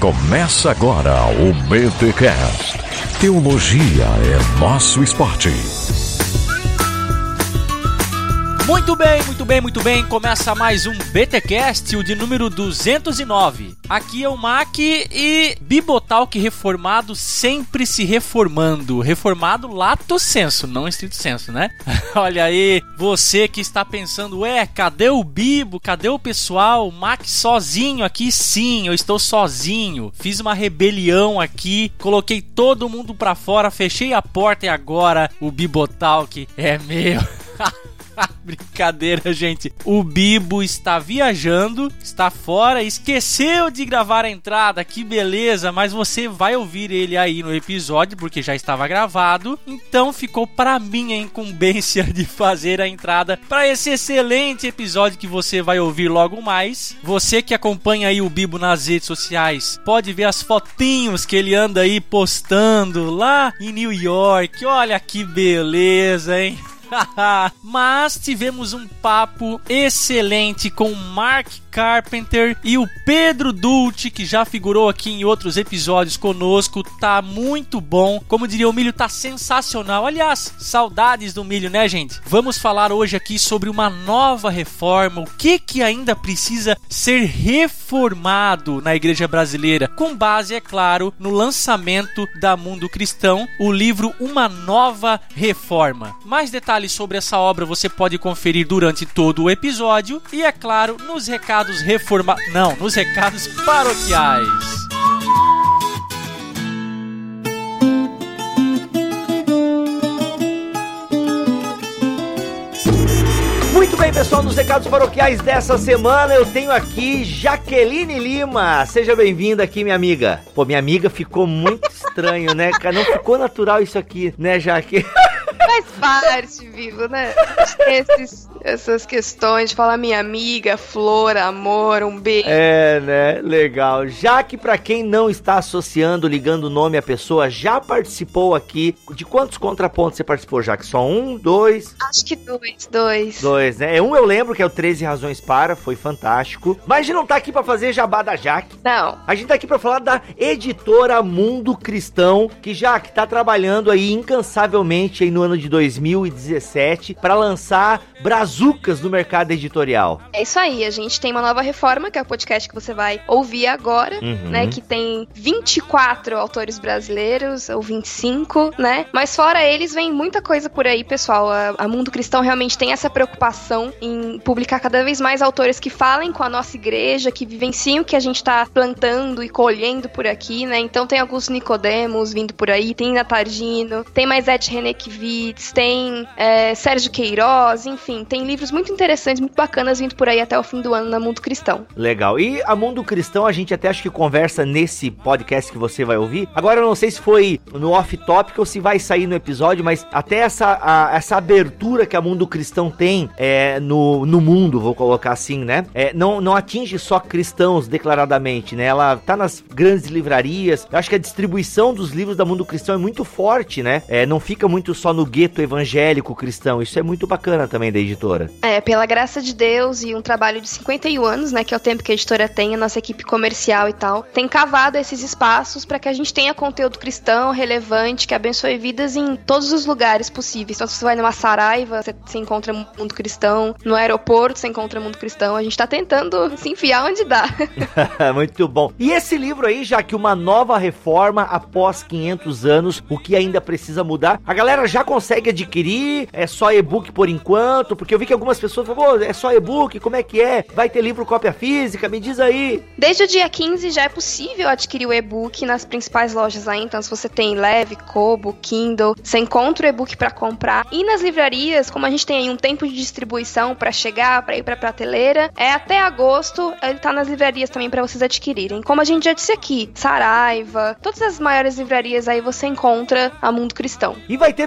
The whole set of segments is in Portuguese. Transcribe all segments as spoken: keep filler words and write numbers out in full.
Começa agora o BTcast. Teologia é nosso esporte. Muito bem, muito bem, muito bem. Começa mais um BTcast, o de número duzentos e nove. Aqui é o Mac e Bibotalk reformado sempre se reformando. Reformado lato sensu, não estrito sensu, né? Olha aí, você que está pensando, ué, cadê o Bibo? Cadê o pessoal? O Mac sozinho aqui? Sim, eu estou sozinho. Fiz uma rebelião aqui, coloquei todo mundo pra fora, fechei a porta e agora o Bibotalk é meu. Brincadeira, gente. O Bibo está viajando, está fora, esqueceu de gravar a entrada. Que beleza, mas você vai ouvir ele aí no episódio, porque já estava gravado. Então ficou para mim a incumbência de fazer a entrada para esse excelente episódio que você vai ouvir logo mais. Você que acompanha aí o Bibo nas redes sociais, pode ver as fotinhos que ele anda aí postando lá em New York. Olha que beleza, hein? Mas tivemos um papo excelente com o Mark Carpenter e o Pedro Dulce, que já figurou aqui em outros episódios conosco. Tá muito bom. Como diria o Milho, tá sensacional. Aliás, saudades do Milho, né, gente? Vamos falar hoje aqui sobre uma nova reforma. O que que ainda precisa ser reformado na igreja brasileira? Com base, é claro, no lançamento da Mundo Cristão, o livro Uma Nova Reforma. Mais detalhes sobre essa obra você pode conferir durante todo o episódio e, é claro, nos recados reforma... Não, nos recados paroquiais. Muito bem, pessoal, nos recados paroquiais dessa semana eu tenho aqui Jaqueline Lima. Seja bem-vinda aqui, minha amiga. Pô, minha amiga, ficou muito estranho, né, cara? Não ficou natural isso aqui, né, Jaque? Faz parte, Vivo, né? Esses, essas questões de falar minha amiga, flor, amor, um beijo. É, né? Legal. Já que pra quem não está associando, ligando o nome à pessoa, já participou aqui. De quantos contrapontos você participou, Jaque? Só um, dois? Acho que dois, dois. Dois, né? Um eu lembro que é o treze Razões Para, foi fantástico. Mas a gente não tá aqui pra fazer jabá da Jaque. Não. A gente tá aqui pra falar da editora Mundo Cristão, que Jaque tá trabalhando aí incansavelmente aí no ano de dois mil e dezessete para lançar brazucas no mercado editorial. É isso aí, a gente tem uma nova reforma, que é o podcast que você vai ouvir agora, uhum. né, que tem vinte e quatro autores brasileiros, ou vinte e cinco, né, mas fora eles vem muita coisa por aí, pessoal. A, a Mundo Cristão realmente tem essa preocupação em publicar cada vez mais autores que falem com a nossa igreja, que vivenciem o que a gente tá plantando e colhendo por aqui, né, então tem alguns Nicodemos vindo por aí, tem Natardino, tem mais Ed Renekiewicz, tem é, Sérgio Queiroz, enfim, tem livros muito interessantes, muito bacanas vindo por aí até o fim do ano na Mundo Cristão. Legal. E a Mundo Cristão a gente até acho que conversa nesse podcast que você vai ouvir. Agora eu não sei se foi no off-topic ou se vai sair no episódio, mas até essa, a, essa abertura que a Mundo Cristão tem é, no, no mundo, vou colocar assim, né? É, não, não atinge só cristãos declaradamente, né? Ela tá nas grandes livrarias. Eu acho que a distribuição dos livros da Mundo Cristão é muito forte, né? É, não fica muito só no gueto evangélico cristão. Isso é muito bacana também da editora. É, pela graça de Deus e um trabalho de cinquenta e um anos, né, que é o tempo que a editora tem, a nossa equipe comercial e tal, tem cavado esses espaços para que a gente tenha conteúdo cristão relevante, que abençoe vidas em todos os lugares possíveis. Então, se você vai numa Saraiva, você, você encontra Mundo Cristão, no aeroporto você encontra Mundo Cristão. A gente tá tentando se enfiar onde dá. Muito bom. E esse livro aí, já que uma nova reforma após quinhentos anos, o que ainda precisa mudar, a galera já consegue adquirir, é só e-book por enquanto, porque eu vi que algumas pessoas falam, é só e-book, como é que é? Vai ter livro cópia física? Me diz aí. Desde o dia quinze já é possível adquirir o e-book nas principais lojas aí, então se você tem Leve, Kobo, Kindle, você encontra o e-book pra comprar. E nas livrarias, como a gente tem aí um tempo de distribuição pra chegar, pra ir pra prateleira, é até agosto, ele tá nas livrarias também pra vocês adquirirem. Como a gente já disse aqui, Saraiva, todas as maiores livrarias aí você encontra a Mundo Cristão. E vai ter também um evento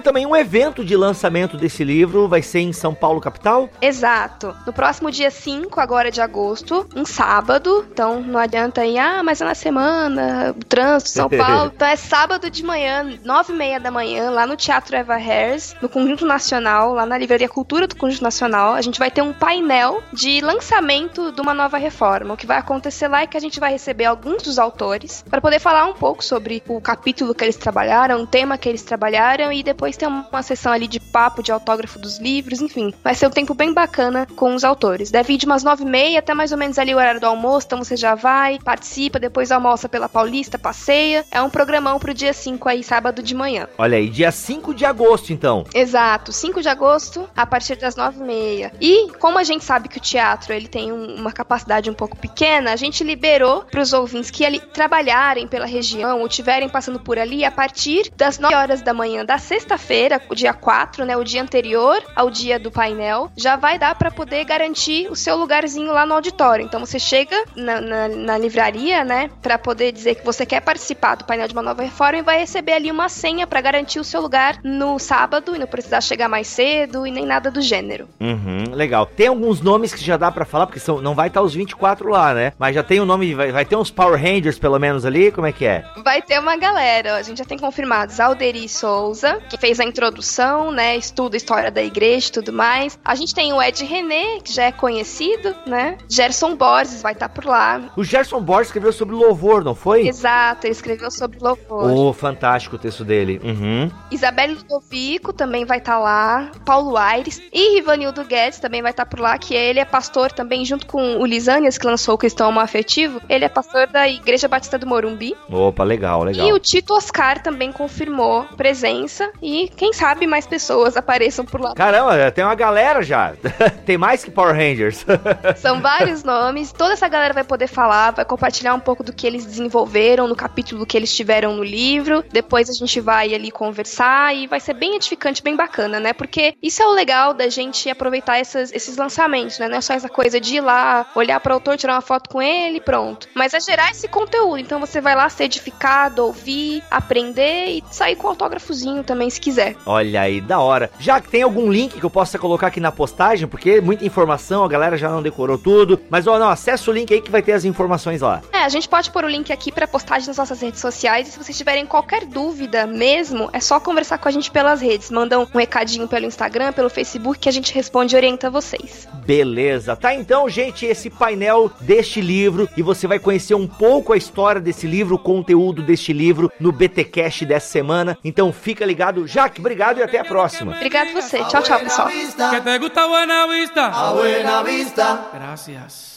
evento de lançamento desse livro vai ser em São Paulo, capital? Exato. No próximo dia cinco, agora de agosto, um sábado. Então não adianta ir, ah, mas é na semana, o trânsito, São Paulo. Então é sábado de manhã, nove e meia da manhã, lá no Teatro Eva Harris, no Conjunto Nacional, lá na Livraria Cultura do Conjunto Nacional. A gente vai ter um painel de lançamento de uma nova reforma. O que vai acontecer lá é que a gente vai receber alguns dos autores para poder falar um pouco sobre o capítulo que eles trabalharam, o tema que eles trabalharam, e depois tem uma sessão ali de papo, de autógrafo dos livros, enfim. Vai ser um tempo bem bacana com os autores. Deve ir de umas nove e meia até mais ou menos ali o horário do almoço, então você já vai, participa, depois almoça pela Paulista, passeia. É um programão pro dia cinco aí, sábado de manhã. Olha aí, dia cinco de agosto, então. Exato, cinco de agosto, a partir das nove e meia. E, como a gente sabe que o teatro ele tem um, uma capacidade um pouco pequena, a gente liberou pros ouvintes que ali trabalharem pela região ou estiverem passando por ali a partir das nove horas da manhã da sexta-feira, o dia quatro, né, o dia anterior ao dia do painel, já vai dar para poder garantir o seu lugarzinho lá no auditório. Então você chega na, na, na livraria, né, para poder dizer que você quer participar do painel de uma nova reforma e vai receber ali uma senha para garantir o seu lugar no sábado e não precisar chegar mais cedo e nem nada do gênero. Uhum, legal. Tem alguns nomes que já dá pra falar, porque são, não vai estar os vinte e quatro lá, né? Mas já tem o nome, vai, vai ter uns Power Rangers pelo menos ali, como é que é? Vai ter uma galera, a gente já tem confirmados Alderi Souza, que fez a introdução, né, estuda a história da igreja e tudo mais. A gente tem o Ed René, que já é conhecido, né? Gerson Borges vai estar por lá. O Gerson Borges escreveu sobre louvor, não foi? Exato, ele escreveu sobre louvor. Oh, fantástico o texto dele. Uhum. Isabelle Ludovico também vai estar lá, Paulo Aires e Rivanildo Guedes também vai estar por lá, que ele é pastor também, junto com o Lisânias, que lançou o Cristão Homoafetivo, ele é pastor da Igreja Batista do Morumbi. Opa, legal, legal. E o Tito Oscar também confirmou presença e quem sabe mais pessoas apareçam por lá. Caramba, tem uma galera já. Tem mais que Power Rangers. São vários nomes, toda essa galera vai poder falar, vai compartilhar um pouco do que eles desenvolveram no capítulo que eles tiveram no livro, depois a gente vai ali conversar e vai ser bem edificante, bem bacana, né? Porque isso é o legal da gente aproveitar essas, esses lançamentos, né? Não é só essa coisa de ir lá, olhar para o autor, tirar uma foto com ele e pronto. Mas é gerar esse conteúdo, então você vai lá ser edificado, ouvir, aprender e sair com um autógrafozinho também, se quiser. Olha aí, da hora. Já que tem algum link que eu possa colocar aqui na postagem, porque muita informação, a galera já não decorou tudo, mas ó, não, acessa o link aí que vai ter as informações lá. É, a gente pode pôr o link aqui pra postagem nas nossas redes sociais, e se vocês tiverem qualquer dúvida mesmo, é só conversar com a gente pelas redes. Mandam um recadinho pelo Instagram, pelo Facebook, que a gente responde e orienta vocês. Beleza. Tá então, gente, esse painel deste livro, e você vai conhecer um pouco a história desse livro, o conteúdo deste livro no B T Cast dessa semana. Então fica ligado. Jaque, obrigado e até a próxima. Obrigado você. Tchau, tchau, pessoal. Que te gusta Buena Vista. A Buena Vista. Gracias.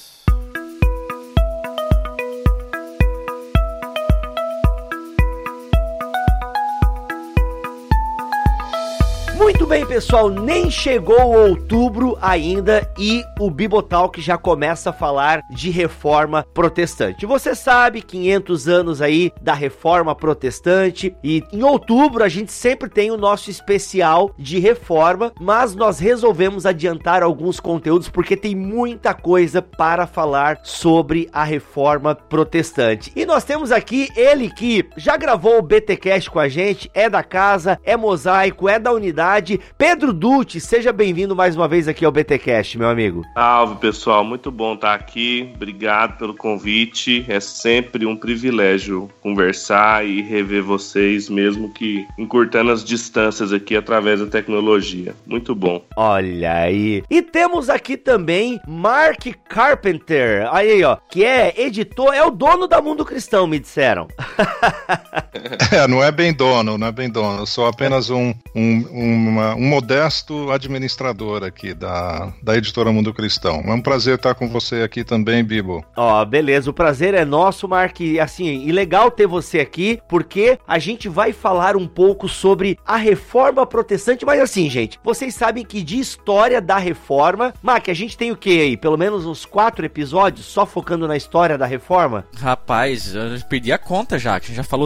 Muito bem, pessoal, nem chegou outubro ainda e o Bibotalk já começa a falar de reforma protestante. Você sabe, quinhentos anos aí da reforma protestante, e em outubro a gente sempre tem o nosso especial de reforma, mas nós resolvemos adiantar alguns conteúdos porque tem muita coisa para falar sobre a reforma protestante. E nós temos aqui ele que já gravou o B T Cast com a gente, é da casa, é mosaico, é da unidade, Pedro Dutti, seja bem-vindo mais uma vez aqui ao B T Cast, meu amigo. Salve, pessoal, muito bom estar aqui, obrigado pelo convite, é sempre um privilégio conversar e rever vocês, mesmo que encurtando as distâncias aqui através da tecnologia, muito bom. Olha aí, e temos aqui também Mark Carpenter, aí ó, que é editor, é o dono da Mundo Cristão, me disseram. É, não é bem dono, não é bem dono, eu sou apenas um, um, uma, um modesto administrador aqui da, da editora Mundo Cristão. É um prazer estar com você aqui também, Bibo. Ó, beleza, o prazer é nosso, Mark, e assim, e legal ter você aqui, porque a gente vai falar um pouco sobre a reforma protestante, mas assim, gente, vocês sabem que de história da reforma, Mark, a gente tem o que aí? Pelo menos uns quatro episódios só focando na história da reforma? Rapaz, eu perdi a conta já, que a gente já falou tanto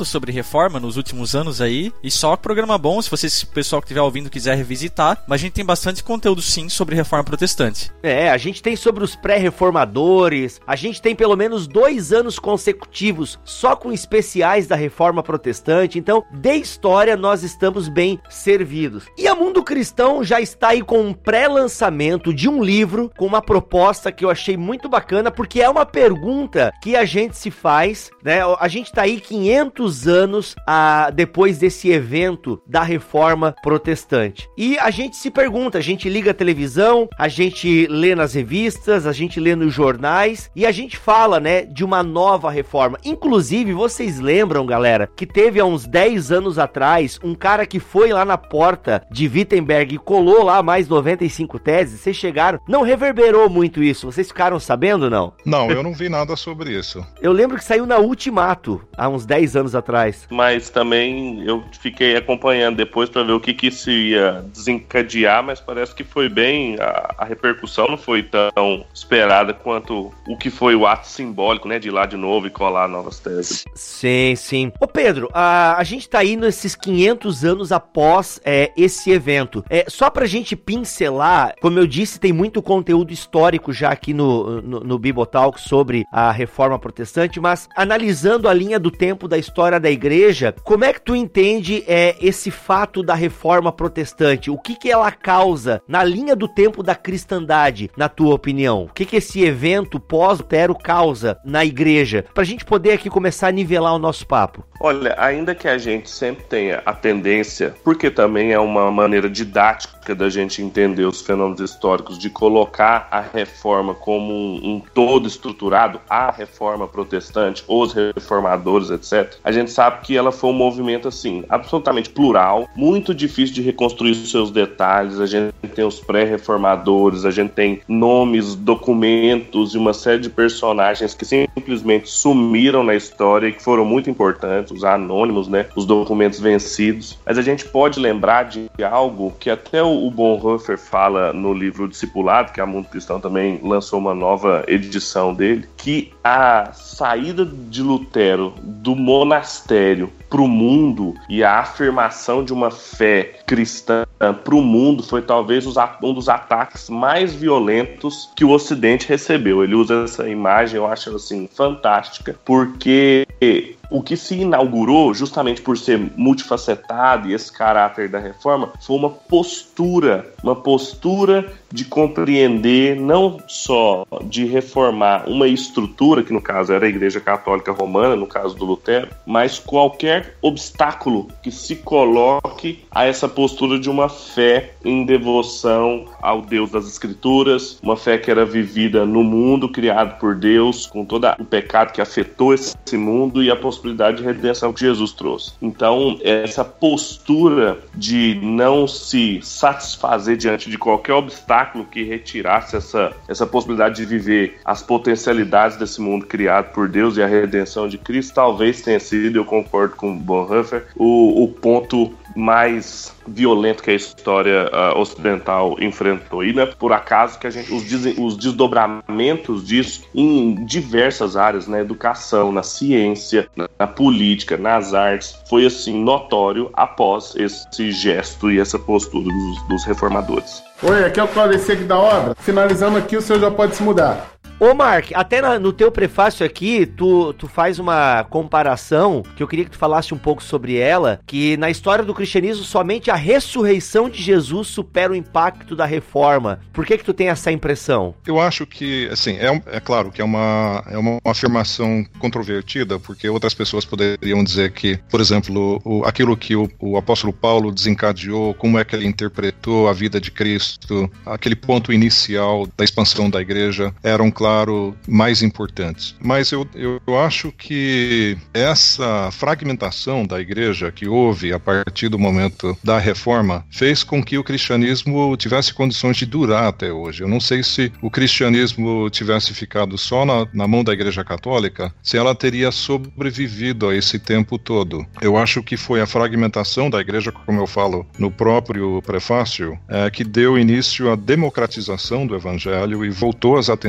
sobre reforma nos últimos anos aí, e só programa bom, se vocês, o pessoal que estiver ouvindo quiser revisitar, mas a gente tem bastante conteúdo sim sobre reforma protestante. É, a gente tem sobre os pré-reformadores, a gente tem pelo menos dois anos consecutivos só com especiais da reforma protestante, então de história nós estamos bem servidos. E a Mundo Cristão já está aí com um pré-lançamento de um livro com uma proposta que eu achei muito bacana, porque é uma pergunta que a gente se faz, né? A gente tá aí quinhentos anos a, depois desse evento da reforma protestante. E a gente se pergunta, a gente liga a televisão, a gente lê nas revistas, a gente lê nos jornais e a gente fala, né, de uma nova reforma. Inclusive, vocês lembram, galera, que teve há uns dez anos atrás um cara que foi lá na porta de Wittenberg e colou lá mais noventa e cinco teses? Vocês chegaram? Não reverberou muito isso, vocês ficaram sabendo, não? Não, eu não vi nada sobre isso. Eu lembro que saiu na Ultimato, há uns dez anos atrás. Mas também eu fiquei acompanhando depois para ver o que que isso ia desencadear, mas parece que foi bem, a, a repercussão não foi tão esperada quanto o que foi o ato simbólico, né, de ir lá de novo e colar novas teses. Sim, sim. Ô Pedro, a, a gente tá indo esses quinhentos anos após é, esse evento. É, só pra gente pincelar, como eu disse, tem muito conteúdo histórico já aqui no, no, no Bibotalk sobre a reforma protestante, mas analisando a linha do tempo da história da igreja, como é que tu entende é, esse fato da reforma protestante? O que que ela causa na linha do tempo da cristandade, na tua opinião? O que que esse evento pós-Lutero causa na igreja? Pra gente poder aqui começar a nivelar o nosso papo. Olha, ainda que a gente sempre tenha a tendência, porque também é uma maneira didática da gente entender os fenômenos históricos, de colocar a reforma como um, um todo estruturado, a reforma protestante, os reformadores, etcétera. A gente sabe que ela foi um movimento, assim, absolutamente plural, muito difícil de reconstruir os seus detalhes. A gente tem os pré-reformadores, a gente tem nomes, documentos e uma série de personagens que simplesmente sumiram na história e que foram muito importantes, os anônimos, né, os documentos vencidos. Mas a gente pode lembrar de algo que até o Bonhoeffer fala no livro Discipulado, que a Mundo Cristão também lançou uma nova edição dele, que a saída de Lutero do monastério para o mundo e a afirmação de uma fé cristã para o mundo foi talvez um dos ataques mais violentos que o Ocidente recebeu. Ele usa essa imagem, eu acho assim, fantástica, porque o que se inaugurou, justamente por ser multifacetado e esse caráter da reforma, foi uma postura, uma postura de compreender, não só de reformar uma estrutura, que no caso era a Igreja Católica Romana, no caso do Lutero, mas qualquer obstáculo que se coloque a essa postura de uma fé em devoção ao Deus das Escrituras, uma fé que era vivida no mundo criado por Deus, com todo o pecado que afetou esse mundo e a possibilidade de redenção que Jesus trouxe. Então, essa postura de não se satisfazer diante de qualquer obstáculo que retirasse essa, essa possibilidade de viver as potencialidades desse mundo criado por Deus e a redenção de Cristo, talvez tenha sido, eu concordo com Bonhoeffer, o, o ponto mais violento que a história uh, ocidental enfrentou. E não é por acaso que a gente, os, des, os desdobramentos disso em diversas áreas, na educação, na ciência, na, na política, nas artes, foi assim notório após esse gesto e essa postura dos, dos reformadores. Oi, aqui é o Claudio aqui da obra. Finalizando aqui, o senhor já pode se mudar. Ô Mark, até na, no teu prefácio aqui, tu, tu faz uma comparação, que eu queria que tu falasse um pouco sobre ela, que na história do cristianismo somente a ressurreição de Jesus supera o impacto da reforma. Por que que tu tem essa impressão? Eu acho que, assim, é, é claro que é uma, é uma afirmação controvertida, porque outras pessoas poderiam dizer que, por exemplo, o, aquilo que o, o apóstolo Paulo desencadeou, como é que ele interpretou a vida de Cristo, aquele ponto inicial da expansão da igreja, eram, claro, Claro, mais importantes. Mas eu, eu, eu acho que essa fragmentação da igreja que houve a partir do momento da reforma fez com que o cristianismo tivesse condições de durar até hoje. Eu não sei se o cristianismo tivesse ficado só na, na mão da igreja católica, se ela teria sobrevivido a esse tempo todo. Eu acho que foi a fragmentação da igreja, como eu falo no próprio prefácio, é, que deu início à democratização do evangelho e voltou as atenções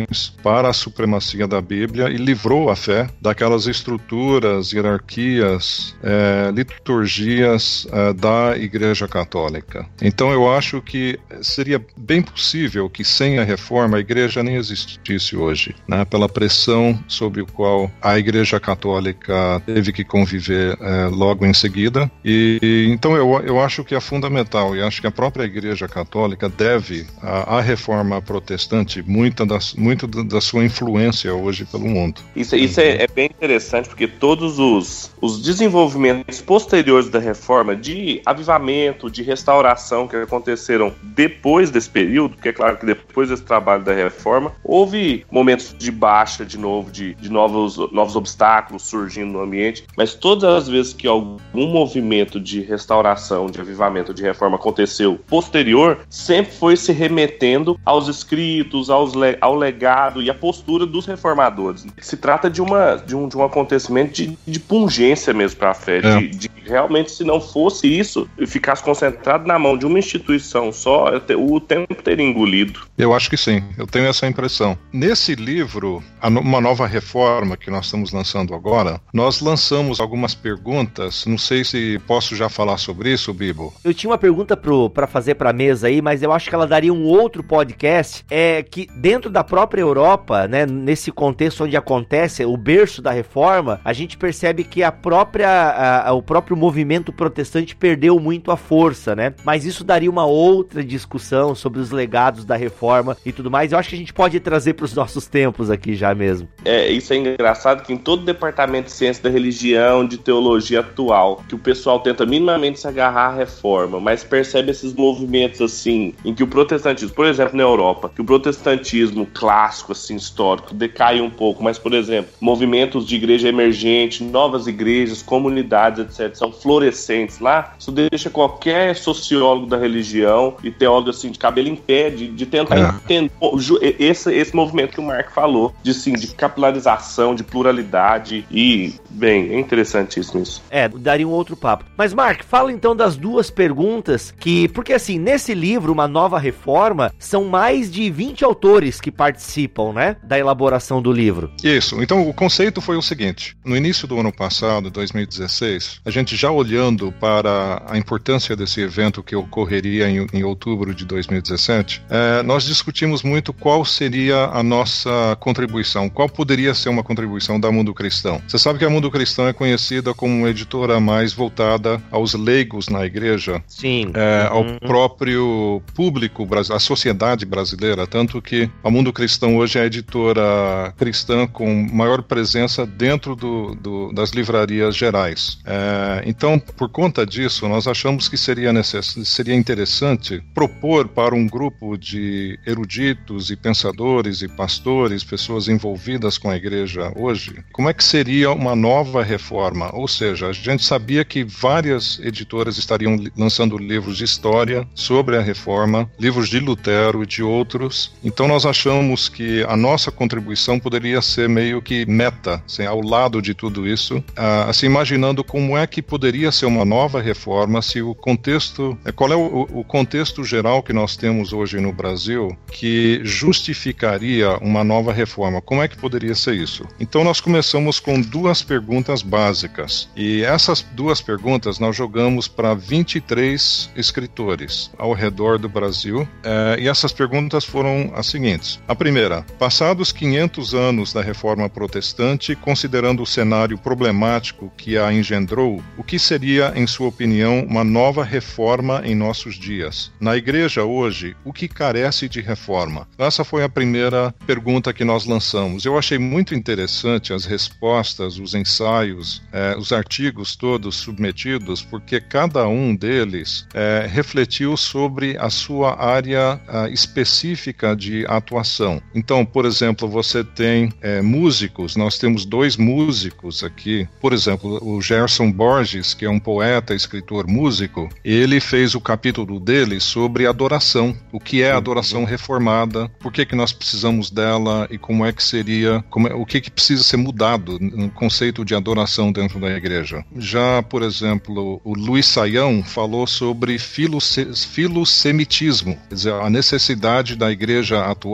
razões para a supremacia da Bíblia e livrou a fé daquelas estruturas, hierarquias, é, liturgias é, da Igreja Católica. Então eu acho que seria bem possível que sem a reforma a Igreja nem existisse hoje, né, pela pressão sobre o qual a Igreja Católica teve que conviver é, logo em seguida. E, e então eu, eu acho que é fundamental, e acho que a própria Igreja Católica deve à reforma protestante muita da, muito da sua influência hoje pelo mundo. Isso, isso é, é bem interessante, porque todos os, os desenvolvimentos posteriores da reforma, de avivamento, de restauração que aconteceram depois desse período, porque é claro que depois desse trabalho da reforma, houve momentos de baixa de novo, de, de novos, novos obstáculos surgindo no ambiente, mas todas as vezes que algum movimento de restauração, de avivamento, de reforma aconteceu posterior, sempre foi se remetendo aos escritos, aos le- ao legado e à postura dos reformadores. Se trata de, uma, de, um, de um acontecimento de, de pungência mesmo para a fé, é. de, de realmente, se não fosse isso, ficasse concentrado na mão de uma instituição só, o tempo teria engolido. Eu acho que sim, eu tenho essa impressão. Nesse livro, Uma Nova Reforma, que nós estamos lançando agora, nós lançamos algumas perguntas, não sei se posso já falar sobre isso, Bibo. Eu tinha uma pergunta para fazer para a mesa aí, mas eu acho que ela daria um outro podcast, é que dentro da própria Europa, né, nesse contexto onde acontece o berço da reforma, a gente percebe que a própria, a, a, o próprio movimento protestante perdeu muito a força, né? Mas isso daria uma outra discussão sobre os legados da reforma e tudo mais. Eu acho que a gente pode trazer para os nossos tempos aqui já mesmo. É, isso é engraçado que em todo departamento de ciência da religião, de teologia atual, que o pessoal tenta minimamente se agarrar à reforma, mas percebe esses movimentos assim, em que o protestantismo, por exemplo, na Europa, que o protestantismo clássico, assim, histórico, decai um pouco, mas, por exemplo, movimentos de igreja emergente, novas igrejas, comunidades, etcétera, são florescentes lá, isso deixa qualquer sociólogo da religião e teólogo, assim, de cabelo em pé, de, de tentar é. entender esse, esse movimento que o Mark falou, de, assim, de capilarização, de pluralidade e, bem, é interessantíssimo isso. É, daria um outro papo. Mas, Mark, fala então das duas perguntas que, porque assim, nesse livro, Uma Nova Reforma, são mais de vinte autores que participam, né, da elaboração do livro. Isso, então o conceito foi o seguinte, no início do ano passado, dois mil e dezesseis, a gente já olhando para a importância desse evento que ocorreria em, em outubro de dois mil e dezessete, é, nós discutimos muito qual seria a nossa contribuição, qual poderia ser uma contribuição da Mundo Cristão. Você sabe que a Mundo Cristão é conhecida como uma editora mais voltada aos leigos na igreja, sim, é, uhum. ao próprio público, a sociedade brasileira, tanto que a Mundo Cristão hoje é a editora cristã com maior presença dentro do, do, das livrarias gerais. É, então, por conta disso, nós achamos que seria, necess... seria interessante propor para um grupo de eruditos e pensadores e pastores, pessoas envolvidas com a igreja hoje, como é que seria uma nova reforma? Ou seja, a gente sabia que várias editoras estariam lançando livros de história sobre a reforma, livros de Lutero e de outros. Então nós achamos que a nossa contribuição poderia ser meio que meta, assim, ao lado de tudo isso, assim, imaginando como é que poderia ser uma nova reforma se o contexto, qual é o, o contexto geral que nós temos hoje no Brasil que justificaria uma nova reforma, como é que poderia ser isso? Então nós começamos com duas perguntas básicas, e essas duas perguntas nós jogamos para vinte e três escritores ao redor do Brasil, é, e essas perguntas foram as seguintes. A primeira, passados quinhentos anos da Reforma Protestante, considerando o cenário problemático que a engendrou, o que seria, em sua opinião, uma nova reforma em nossos dias? Na igreja hoje, o que carece de reforma? Essa foi a primeira pergunta que nós lançamos. Eu achei muito interessante as respostas, os ensaios, eh, os artigos todos submetidos, porque cada um deles eh, refletiu sobre a sua área ah, específica de atuação. Então, por exemplo, você tem eh, músicos, nós temos dois músicos aqui, por exemplo, o Gerson Borges, que é um poeta, escritor, músico, ele fez o capítulo dele sobre adoração, o que é adoração reformada, por que que nós precisamos dela e como é que seria, como é, o que que precisa ser mudado no conceito de adoração dentro da igreja. Já, por exemplo, o Luiz Saião falou sobre filose, filosemitismo, quer dizer, a necessidade da igreja atual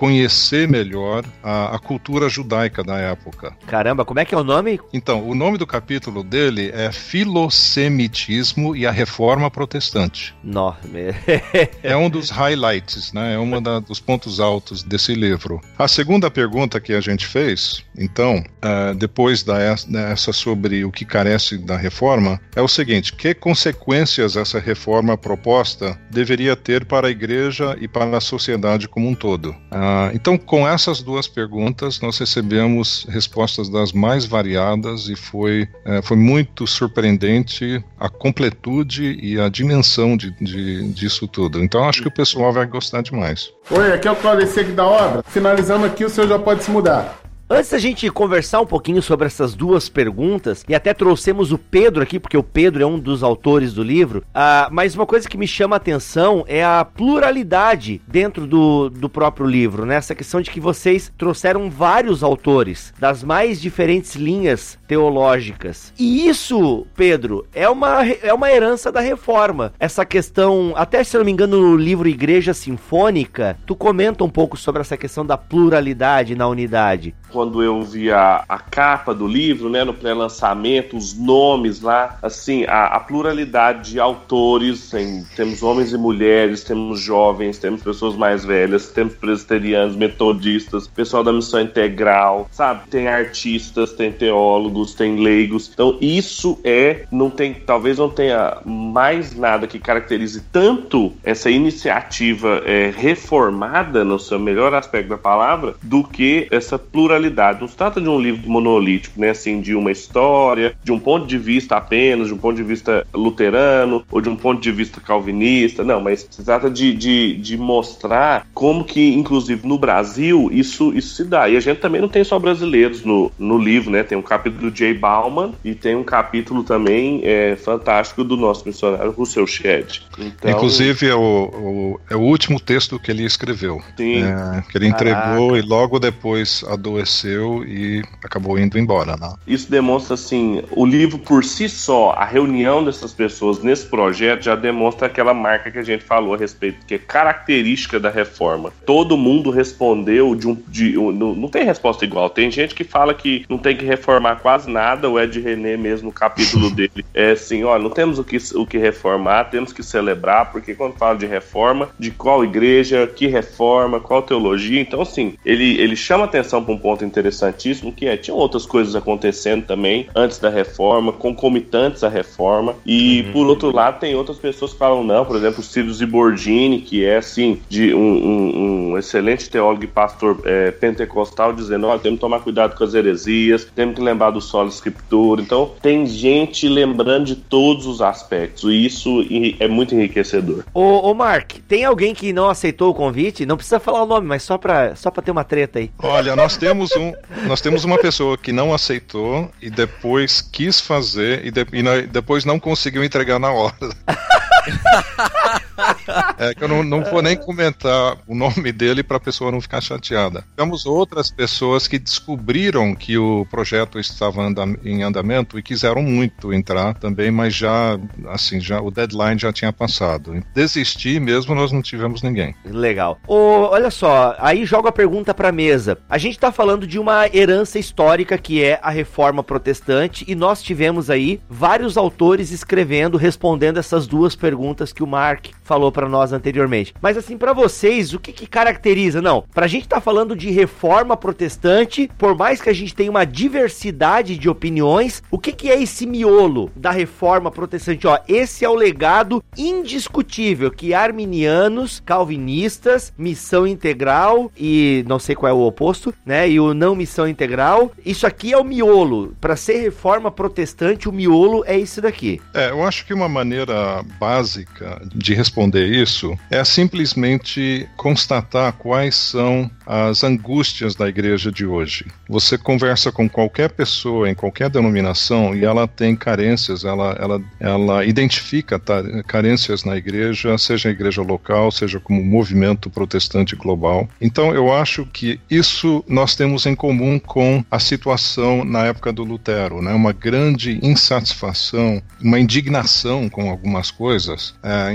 conhecer melhor a, a cultura judaica da época. Caramba, como é que é o nome? Então, o nome do capítulo dele é Filosemitismo e a Reforma Protestante. Nossa. É um dos highlights, né? É um dos pontos altos desse livro. A segunda pergunta que a gente fez, então, uh, depois da, dessa sobre o que carece da reforma, é o seguinte: que consequências essa reforma proposta deveria ter para a igreja e para a sociedade como um todo? Uh, então, com essas duas perguntas, nós recebemos respostas das mais variadas e foi, uh, foi muito surpreendente a completude e a dimensão de, de, disso tudo. Então, acho que o pessoal vai gostar demais. Oi, aqui é o Claudio Seco da obra. Finalizando aqui, o senhor já pode se mudar. Antes da gente conversar um pouquinho sobre essas duas perguntas, e até trouxemos o Pedro aqui, porque o Pedro é um dos autores do livro, uh, mas uma coisa que me chama a atenção é a pluralidade dentro do, do próprio livro, né? Essa questão de que vocês trouxeram vários autores das mais diferentes linhas teológicas. E isso, Pedro, é uma, é uma herança da Reforma. Essa questão, até se eu não me engano, no livro Igreja Sinfônica, tu comenta um pouco sobre essa questão da pluralidade na unidade. Quando eu vi a, a capa do livro, né, no pré-lançamento, os nomes lá, assim, a, a pluralidade de autores, tem, temos homens e mulheres, temos jovens, temos pessoas mais velhas, temos presbiterianos, metodistas, pessoal da missão integral, sabe? Tem artistas, tem teólogos, tem leigos. Então isso é, não tem, talvez não tenha mais nada que caracterize tanto essa iniciativa é, reformada, no seu melhor aspecto da palavra, do que essa pluralidade. Não se trata de um livro monolítico, né, assim, de uma história, de um ponto de vista apenas, de um ponto de vista luterano, ou de um ponto de vista calvinista, não, mas se trata de, de, de mostrar como que, inclusive, no Brasil, isso, isso se dá. E a gente também não tem só brasileiros no, no livro, né, tem um capítulo do Jay Bauman e tem um capítulo também é, fantástico do nosso missionário Russell Shedd. Então, inclusive, é o, o, é o último texto que ele escreveu. Sim. É, que ele entregou. Caraca. E logo depois adoeceu e acabou indo embora, né? Isso demonstra, assim, o livro por si só, a reunião dessas pessoas nesse projeto já demonstra aquela marca que a gente falou a respeito, que é característica da reforma. Todo mundo respondeu de um... De, um não, não tem resposta igual. Tem gente que fala que não tem que reformar quase nada, o Ed René mesmo no capítulo dele é assim, ó, não temos o que, o que reformar, temos que celebrar, porque quando fala de reforma, de qual igreja, que reforma, qual teologia, então assim, ele, ele chama atenção para um ponto interessantíssimo, que é, tinha outras coisas acontecendo também antes da reforma, concomitantes à reforma, e uhum. por outro lado tem outras pessoas que falam não, por exemplo o Ciro Zibordini, que é assim, de um, um, um excelente teólogo e pastor é, pentecostal, dizendo, olha, temos que tomar cuidado com as heresias, temos que lembrar do solo escritura. Então tem gente lembrando de todos os aspectos, e isso é muito enriquecedor. Ô, ô Mark, tem alguém que não aceitou o convite? Não precisa falar o nome, mas só pra, só pra ter uma treta aí. Olha, nós temos um, nós temos uma pessoa que não aceitou e depois quis fazer e, de, e na, depois não conseguiu entregar na hora. É que eu não, não vou nem comentar o nome dele para a pessoa não ficar chateada. Temos outras pessoas que descobriram que o projeto estava anda, em andamento e quiseram muito entrar também, mas já, assim, já o deadline já tinha passado. Desistir mesmo, nós não tivemos ninguém. Legal. Ô, olha só, aí jogo a pergunta para mesa. A gente está falando de uma herança histórica que é a Reforma Protestante e nós tivemos aí vários autores escrevendo, respondendo essas duas perguntas que o Mark falou para nós anteriormente. Mas assim, para vocês, o que que caracteriza? Não, pra gente tá falando de Reforma Protestante, por mais que a gente tenha uma diversidade de opiniões, o que que é esse miolo da Reforma Protestante? Ó, esse é o legado indiscutível que arminianos, calvinistas, missão integral e não sei qual é o oposto, né? E o não missão integral, isso aqui é o miolo. Para ser Reforma Protestante, o miolo é isso daqui. É, eu acho que uma maneira básica de responder isso é simplesmente constatar quais são as angústias da igreja de hoje. Você conversa com qualquer pessoa em qualquer denominação e ela tem carências, ela, ela, ela identifica carências na igreja, seja a igreja local, seja como movimento protestante global. Então eu acho que isso nós temos em comum com a situação na época do Lutero, né? Uma grande insatisfação, uma indignação com algumas coisas. É, então nós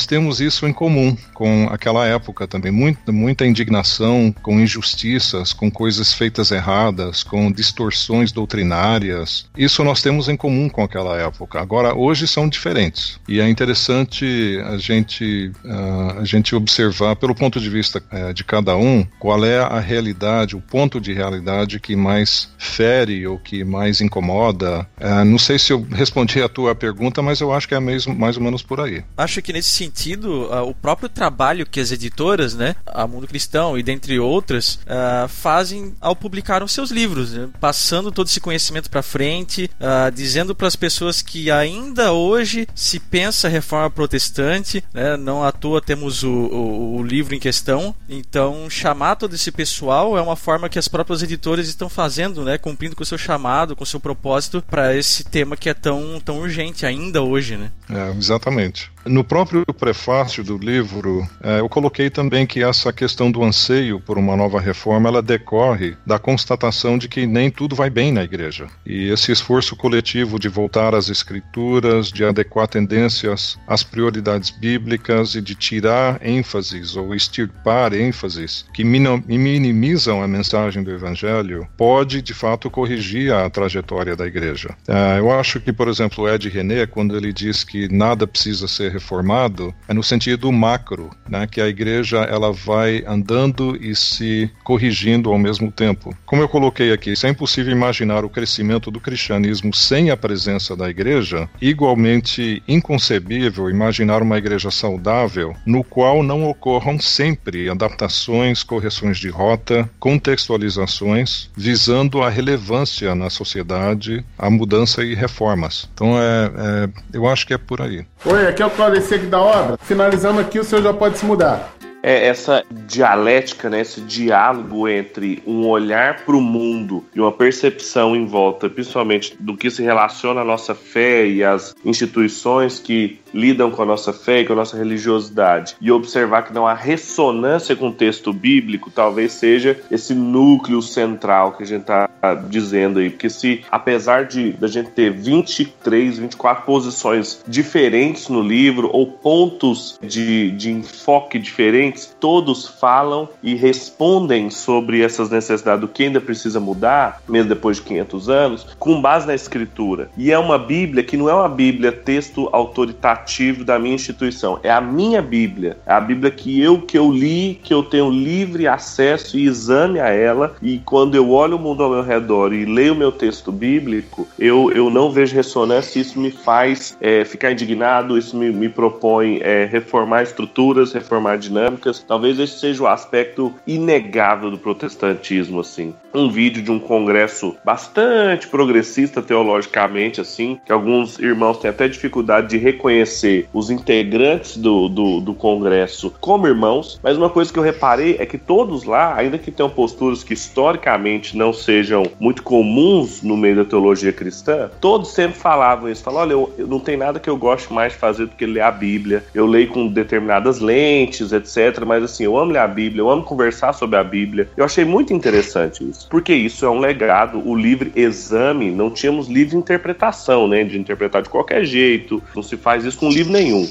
nós temos isso em comum com aquela época também, muita, muita indignação com injustiças, com coisas feitas erradas, com distorções doutrinárias. Isso nós temos em comum com aquela época. Agora, hoje são diferentes. E é interessante a gente, uh, a gente observar, pelo ponto de vista uh, de cada um, qual é a realidade, o ponto de realidade que mais fere ou que mais incomoda. Uh, não sei se eu respondi a tua pergunta, mas eu acho que é mesmo, mais ou menos por aí. Acho que nesse sentido, uh, o próprio trabalho que as editoras, né, a Mundo Cristão e dentre outras, uh, fazem ao publicar os seus livros, né, passando todo esse conhecimento para frente, uh, dizendo para as pessoas que ainda hoje se pensa reforma protestante, né, não à toa temos o, o, o livro em questão, então chamar todo esse pessoal é uma forma que as próprias editoras estão fazendo, né, cumprindo com o seu chamado, com o seu propósito para esse tema que é tão, tão urgente ainda hoje, né? É, exatamente. No próprio prefácio do livro, eh, eu coloquei também que essa questão do anseio por uma nova reforma, ela decorre da constatação de que nem tudo vai bem na igreja. E esse esforço coletivo de voltar às escrituras, de adequar tendências às prioridades bíblicas e de tirar ênfases ou extirpar ênfases que minimizam a mensagem do evangelho, pode, de fato, corrigir a trajetória da igreja. Eh, eu acho que, por exemplo, Ed René, quando ele diz que nada precisa ser reformado, é no sentido macro, né, que a igreja ela vai andando e se corrigindo ao mesmo tempo. Como eu coloquei aqui, se é impossível imaginar o crescimento do cristianismo sem a presença da igreja, igualmente inconcebível imaginar uma igreja saudável no qual não ocorram sempre adaptações, correções de rota, contextualizações, visando a relevância na sociedade, a mudança e reformas. Então, é, é, eu acho que é por aí. Oi, aqui é o Claudio aqui da obra. Finalizando aqui, o senhor já pode se mudar. É essa dialética, né, esse diálogo entre um olhar para o mundo e uma percepção em volta, principalmente do que se relaciona à nossa fé e às instituições que lidam com a nossa fé e com a nossa religiosidade, e observar que não há ressonância com o texto bíblico, talvez seja esse núcleo central que a gente está dizendo aí, porque se, apesar de a gente ter vinte e três, vinte e quatro posições diferentes no livro, ou pontos de, de enfoque diferentes, todos falam e respondem sobre essas necessidades do que ainda precisa mudar, mesmo depois de quinhentos anos, com base na escritura. E é uma Bíblia que não é uma Bíblia texto autoritativo da minha instituição, é a minha Bíblia, é a Bíblia que eu, que eu li, que eu tenho livre acesso e exame a ela, e quando eu olho o mundo ao meu redor e leio o meu texto bíblico, eu, eu não vejo ressonância, isso me faz é, ficar indignado, isso me, me propõe é, reformar estruturas, reformar dinâmicas. Talvez esse seja o aspecto inegável do protestantismo, assim. Um vídeo de um congresso bastante progressista teologicamente, assim, que alguns irmãos têm até dificuldade de reconhecer os integrantes do, do, do congresso como irmãos, mas uma coisa que eu reparei é que todos lá, ainda que tenham posturas que historicamente não sejam muito comuns no meio da teologia cristã, todos sempre falavam isso, falavam, olha, eu, eu não tem nada que eu goste mais de fazer do que ler a Bíblia, eu leio com determinadas lentes, etcétera, mas assim, eu amo ler a Bíblia, eu amo conversar sobre a Bíblia. Eu achei muito interessante isso, porque isso é um legado, o livre exame, não tínhamos livre interpretação, né, de interpretar de qualquer jeito, não se faz isso com livro nenhum,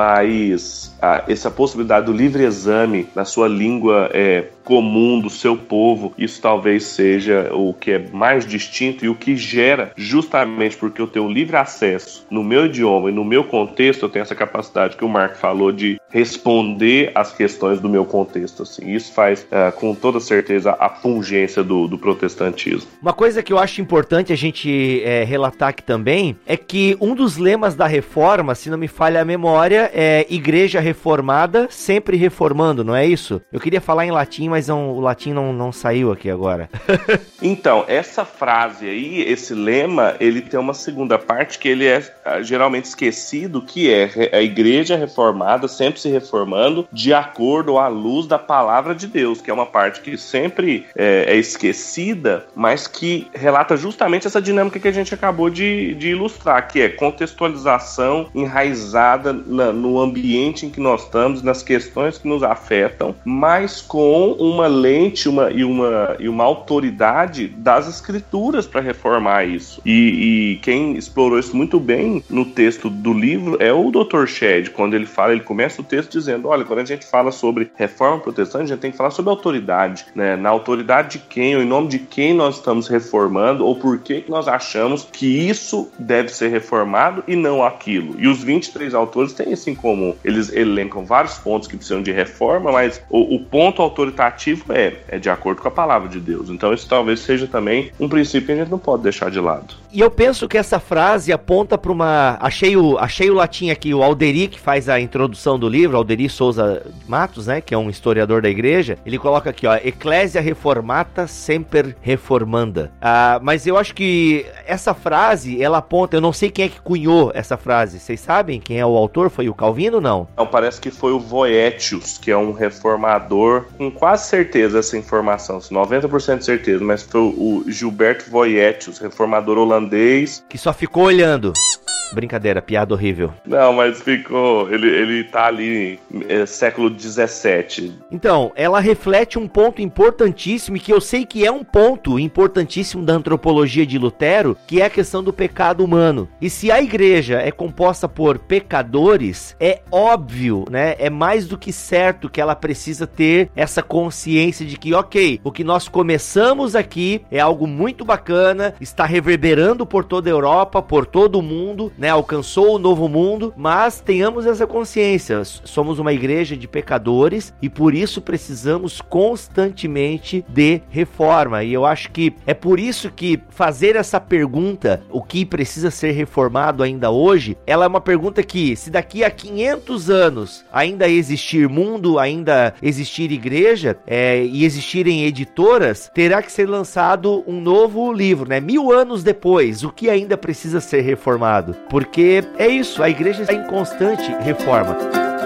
mas ah, essa possibilidade do livre exame na sua língua é, comum do seu povo, isso talvez seja o que é mais distinto e o que gera, justamente porque eu tenho livre acesso no meu idioma e no meu contexto, eu tenho essa capacidade que o Mark falou de responder às questões do meu contexto, assim. Isso faz uh, com toda certeza a pungência do, do protestantismo. Uma coisa que eu acho importante a gente é, relatar aqui também é que um dos lemas da reforma, se não me falha a memória, é igreja reformada, sempre reformando, não é isso? Eu queria falar em latim, mas não, o latim não, não saiu aqui agora. Então, essa frase aí, esse lema, ele tem uma segunda parte que ele é geralmente esquecido, que é a igreja reformada, sempre se reformando, de acordo à luz da palavra de Deus, que é uma parte que sempre é, é esquecida, mas que relata justamente essa dinâmica que a gente acabou de, de ilustrar, que é contextualização enraizada enraizada na, no ambiente em que nós estamos, nas questões que nos afetam, mas com uma lente uma, e, uma, e uma autoridade das escrituras para reformar isso. E, e quem explorou isso muito bem no texto do livro é o doutor Shedd, quando ele fala, ele começa o texto dizendo, olha, quando a gente fala sobre reforma protestante, a gente tem que falar sobre autoridade, né? Na autoridade de quem, ou em nome de quem nós estamos reformando, ou por que nós achamos que isso deve ser reformado e não aquilo. E os vinte e três autores têm isso em comum. Eles elencam vários pontos que precisam de reforma, mas o, o ponto autoritativo é, é de acordo com a palavra de Deus. Então isso talvez seja também um princípio que a gente não pode deixar de lado. E eu penso que essa frase aponta para uma... Achei o, achei o latim aqui, o Alderi, que faz a introdução do livro, Alderi Souza Matos, né, que é um historiador da igreja, ele coloca aqui, ó, Ecclesia reformata semper reformanda. Ah, mas eu acho que essa frase, ela aponta, eu não sei quem é que cunhou essa frase, vocês sabem quem é o autor? Foi o Calvino ou não? Não, parece que foi o Voetius, que é um reformador, com quase certeza essa informação, noventa por cento de certeza, mas foi o Gilberto Voetius, reformador holandês. Que só ficou olhando. Brincadeira, piada horrível. Não, mas ficou... Ele, ele tá ali, é, século dezessete. Então, ela reflete um ponto importantíssimo, e que eu sei que é um ponto importantíssimo da antropologia de Lutero, que é a questão do pecado humano. E se a igreja é composta por pecadores, é óbvio, né? É mais do que certo que ela precisa ter essa consciência de que, ok, o que nós começamos aqui é algo muito bacana, está reverberando por toda a Europa, por todo o mundo, né, alcançou o novo mundo, mas tenhamos essa consciência, somos uma igreja de pecadores e por isso precisamos constantemente de reforma. E eu acho que é por isso que fazer essa pergunta, o que precisa ser reformado ainda hoje, ela é uma pergunta que, se daqui a quinhentos anos ainda existir mundo, ainda existir igreja é, e existirem editoras, terá que ser lançado um novo livro, né? Mil anos depois, o que ainda precisa ser reformado? Porque é isso, a igreja está em constante reforma.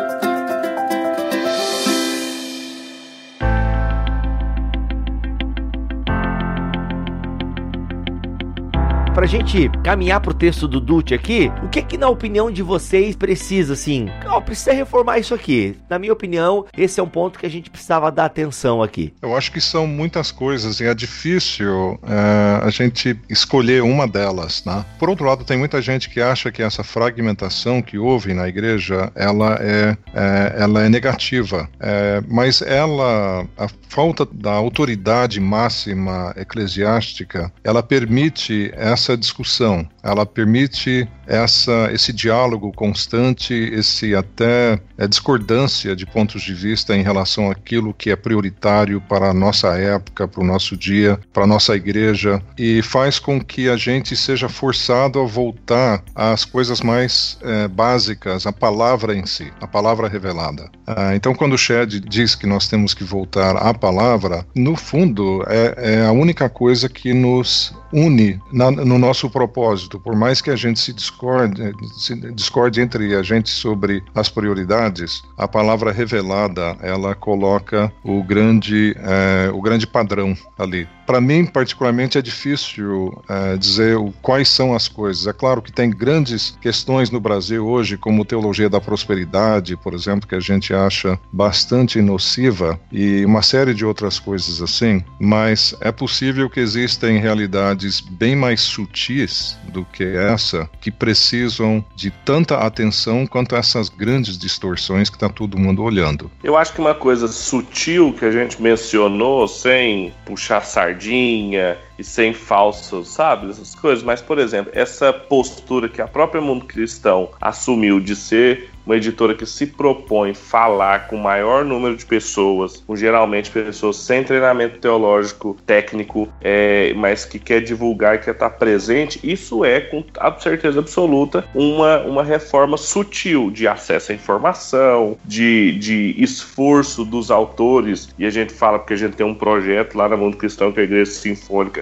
Pra gente caminhar pro texto do Dutti aqui, o que que na opinião de vocês precisa, assim, ó, precisa reformar isso aqui? Na minha opinião, esse é um ponto que a gente precisava dar atenção aqui. Eu acho que são muitas coisas e é difícil é, a gente escolher uma delas, né? Por outro lado, tem muita gente que acha que essa fragmentação que houve na igreja, ela é, é, ela é negativa, é, mas ela, a falta da autoridade máxima eclesiástica, ela permite essa discussão, ela permite essa, esse diálogo constante, esse até é, discordância de pontos de vista em relação àquilo que é prioritário para a nossa época, para o nosso dia, para a nossa igreja, e faz com que a gente seja forçado a voltar às coisas mais é, básicas, a palavra em si, a palavra revelada. Ah, então, quando o Shedd diz que nós temos que voltar à palavra, no fundo, é, é a única coisa que nos une na, no nosso propósito. Por mais que a gente se discorde, se discorde entre a gente sobre as prioridades, a palavra revelada, ela coloca o grande, é, o grande padrão ali. Para mim, particularmente, é difícil é, dizer o, quais são as coisas. É claro que tem grandes questões no Brasil hoje, como teologia da prosperidade, por exemplo, que a gente acha bastante nociva, e uma série de outras coisas assim, mas é possível que existem realidades bem mais sutis do que essa, que precisam de tanta atenção quanto essas grandes distorções que está todo mundo olhando. Eu acho que uma coisa sutil que a gente mencionou, sem puxar sardinha e sem falsos, sabe, essas coisas, mas, por exemplo, essa postura que a própria Mundo Cristão assumiu de ser uma editora que se propõe falar com o maior número de pessoas, com geralmente pessoas sem treinamento teológico, técnico, é, mas que quer divulgar e quer estar presente, isso é, com certeza absoluta, uma, uma reforma sutil de acesso à informação, de, de esforço dos autores, e a gente fala porque a gente tem um projeto lá na Mundo Cristão, que é a Igreja Sinfônica,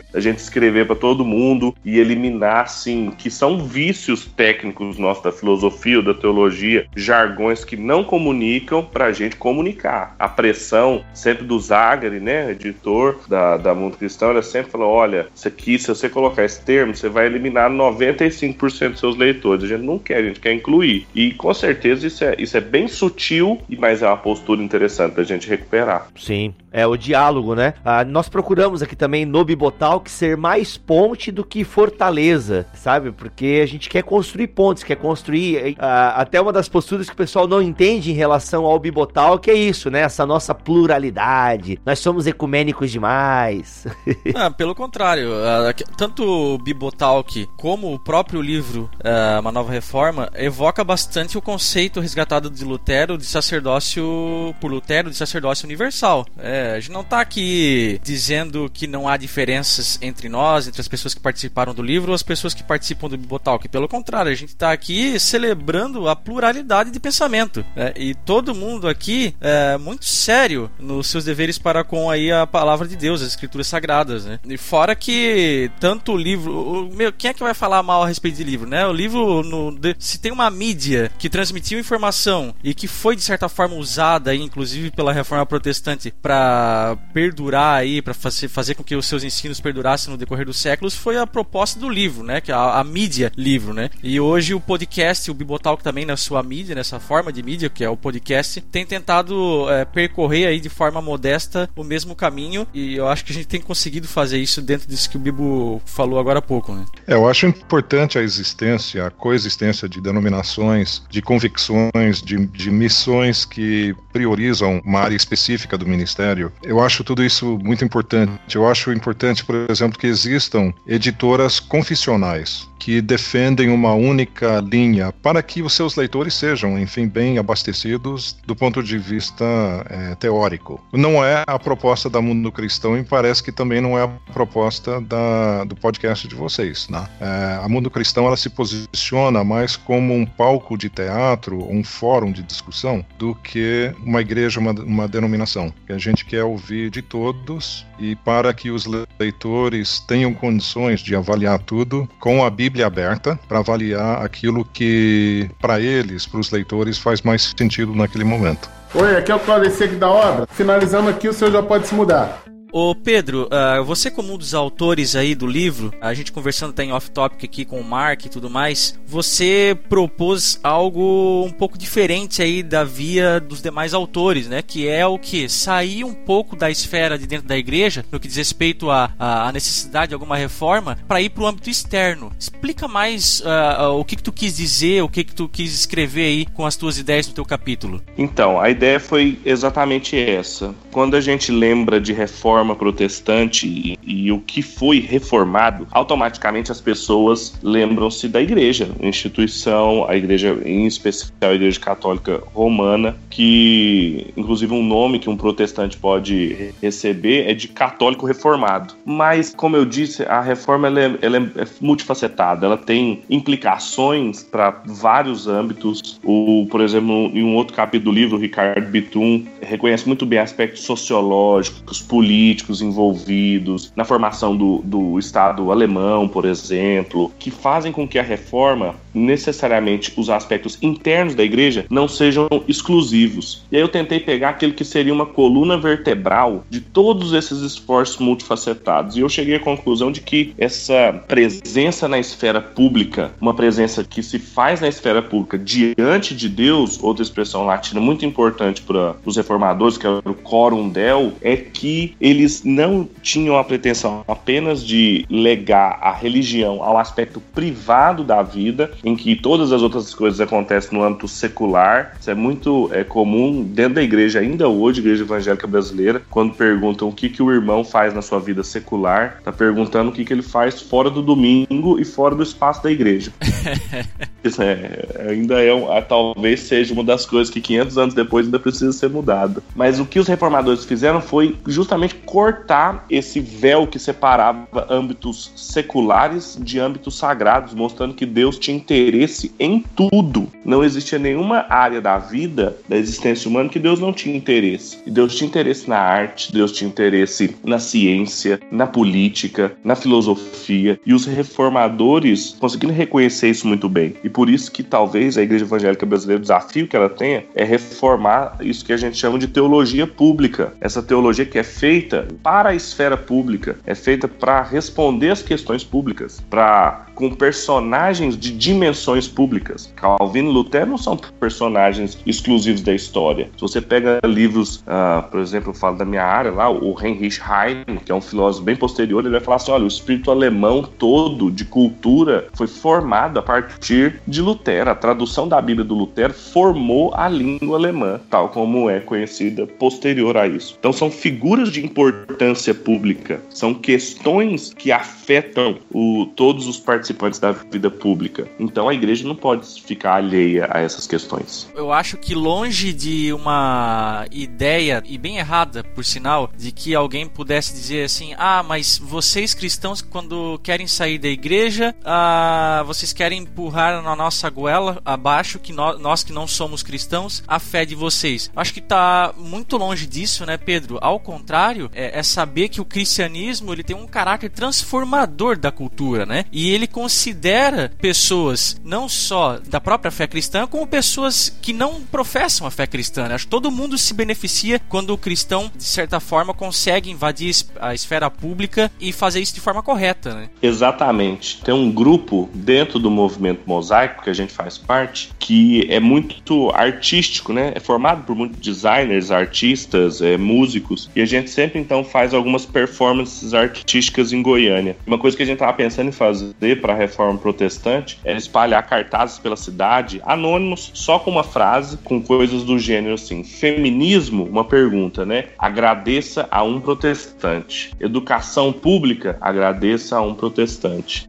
a gente escrever para todo mundo e eliminar, assim, que são vícios técnicos nossos da filosofia ou da teologia, jargões que não comunicam pra gente comunicar. A pressão sempre do Zagari, né, editor da, da Mundo Cristão, ele sempre falou, olha, isso aqui, se você colocar esse termo, você vai eliminar noventa e cinco por cento dos seus leitores. A gente não quer, a gente quer incluir. E com certeza isso é, isso é bem sutil, mas é uma postura interessante pra gente recuperar. Sim, é o diálogo, né? Ah, nós procuramos aqui também no Bibotalk ser mais ponte do que fortaleza, sabe? Porque a gente quer construir pontes, quer construir... Ah, até uma das posturas que o pessoal não entende em relação ao Bibotalk é isso, né? Essa nossa pluralidade. Nós somos ecumênicos demais. Ah, pelo contrário, uh, tanto o Bibotalk como o próprio livro uh, Uma Nova Reforma evoca bastante o conceito resgatado de Lutero de sacerdócio, por Lutero, de sacerdócio universal. É, a gente não está aqui dizendo que não há diferenças entre nós, entre as pessoas que participaram do livro ou as pessoas que participam do Bibotalk. Pelo contrário, a gente está aqui celebrando a pluralidade de pensamento, né? E todo mundo aqui é muito sério nos seus deveres para com aí a palavra de Deus, as escrituras sagradas, né? E fora que tanto o livro, o, meu, quem é que vai falar mal a respeito de livro, né? O livro, no, de, se tem uma mídia que transmitiu informação e que foi de certa forma usada aí, inclusive pela Reforma Protestante, para perdurar aí, para fazer, fazer com que os seus ensinos perdurassem no decorrer dos séculos, foi a proposta do livro, né? Que é a, a mídia livro, né? E hoje o podcast, o Bibotalk também na sua mídia, nessa forma de mídia que é o podcast, tem tentado é, percorrer aí de forma modesta o mesmo caminho, e eu acho que a gente tem conseguido fazer isso dentro disso que o Bibo falou agora há pouco, né? É, eu acho importante a existência, a coexistência de denominações, de convicções, de, de missões que priorizam uma área específica do ministério. Eu acho tudo isso muito importante. Eu acho importante, por exemplo, que existam editoras confissionais que defendem uma única linha para que os seus leitores sejam, enfim, bem abastecidos do ponto de vista é, teórico. Não é a proposta da Mundo Cristão e parece que também não é a proposta da, do podcast de vocês, né? É, a Mundo Cristão, ela se posiciona mais como um palco de teatro, um fórum de discussão, do que uma igreja, uma, uma denominação. Que a gente quer ouvir de todos, e para que os leitores tenham condições de avaliar tudo com a Bíblia aberta, para avaliar aquilo que para eles, para os leitores, faz mais sentido naquele momento. Oi, aqui é o Claudio aqui da obra. Finalizando aqui, o senhor já pode se mudar. Ô Pedro, uh, você como um dos autores aí do livro, a gente conversando até em off-topic aqui com o Mark e tudo mais, você propôs algo um pouco diferente aí da via dos demais autores, né? Que é o que? Sair um pouco da esfera de dentro da igreja, no que diz respeito à, à necessidade de alguma reforma, para ir para o âmbito externo. Explica mais uh, uh, o que, que tu quis dizer, o que, que tu quis escrever aí com as tuas ideias no teu capítulo. Então, a ideia foi exatamente essa. Quando a gente lembra de reforma protestante e, e o que foi reformado, automaticamente as pessoas lembram-se da igreja, a instituição, a igreja, em especial a Igreja Católica Romana, que inclusive um nome que um protestante pode receber é de católico reformado. Mas, como eu disse, a reforma ela é, ela é multifacetada, ela tem implicações para vários âmbitos. O, por exemplo, em um outro capítulo do livro, o Ricardo Bitum reconhece muito bem aspectos sociológicos, políticos, envolvidos na formação do, do Estado alemão, por exemplo, que fazem com que a reforma, necessariamente os aspectos internos da igreja, não sejam exclusivos. E aí eu tentei pegar aquele que seria uma coluna vertebral de todos esses esforços multifacetados, e eu cheguei à conclusão de que essa presença na esfera pública, uma presença que se faz na esfera pública diante de Deus, outra expressão latina muito importante para os reformadores, que é o corum Deo, é que eles não tinham a pretensão apenas de legar a religião ao aspecto privado da vida, em que todas as outras coisas acontecem no âmbito secular. Isso é muito é, comum dentro da igreja, ainda hoje, igreja evangélica brasileira, quando perguntam o que, que o irmão faz na sua vida secular, tá perguntando o que, que ele faz fora do domingo e fora do espaço da igreja. Isso é, ainda é, um, talvez seja uma das coisas que quinhentos anos depois ainda precisa ser mudada. Mas o que os reformadores fizeram foi justamente cortar esse véu que separava âmbitos seculares de âmbitos sagrados, mostrando que Deus tinha interesse em tudo. Não existia nenhuma área da vida, da existência humana, que Deus não tinha interesse. E Deus tinha interesse na arte, Deus tinha interesse na ciência, na política, na filosofia, e os reformadores conseguiram reconhecer isso muito bem. E por isso que talvez a Igreja Evangélica Brasileira, o desafio que ela tenha é reformar isso que a gente chama de teologia pública. Essa teologia que é feita para a esfera pública, é feita para responder às questões públicas, para com personagens de dimensões públicas. Calvino e Lutero não são personagens exclusivos da história. Se você pega livros, uh, por exemplo, eu falo da minha área lá, o Heinrich Heine, que é um filósofo bem posterior, ele vai falar assim, olha, o espírito alemão todo de cultura foi formado a partir de Lutero. A tradução da Bíblia do Lutero formou a língua alemã, tal como é conhecida posterior a isso. Então são figuras de importância pública, são questões que afetam o, todos os participantes da vida pública. Então a igreja não pode ficar alheia a essas questões. Eu acho que longe de uma ideia, e bem errada, por sinal, de que alguém pudesse dizer assim, ah, mas vocês cristãos, quando querem sair da igreja, ah, vocês querem empurrar na nossa goela abaixo, que nós, nós que não somos cristãos, a fé de vocês. Acho que está muito longe disso, né, Pedro? Ao contrário, é, é saber que o cristianismo ele tem um caráter transformador da cultura, né? E ele considera pessoas não só da própria fé cristã, como pessoas que não professam a fé cristã, né? Acho que todo mundo se beneficia quando o cristão, de certa forma, consegue invadir a esfera pública e fazer isso de forma correta, né? Exatamente. Tem um grupo dentro do movimento mosaico, que a gente faz parte, que é muito artístico, né? É formado por muitos designers, artistas, é, músicos, e a gente sempre, então, faz algumas performances artísticas em Goiânia. Uma coisa que a gente estava pensando em fazer para a reforma protestante era espalhar cartazes pela cidade, anônimos, só com uma frase, com coisas do gênero assim, feminismo, uma pergunta, né? Agradeça a um protestante. Educação pública, agradeça a um protestante.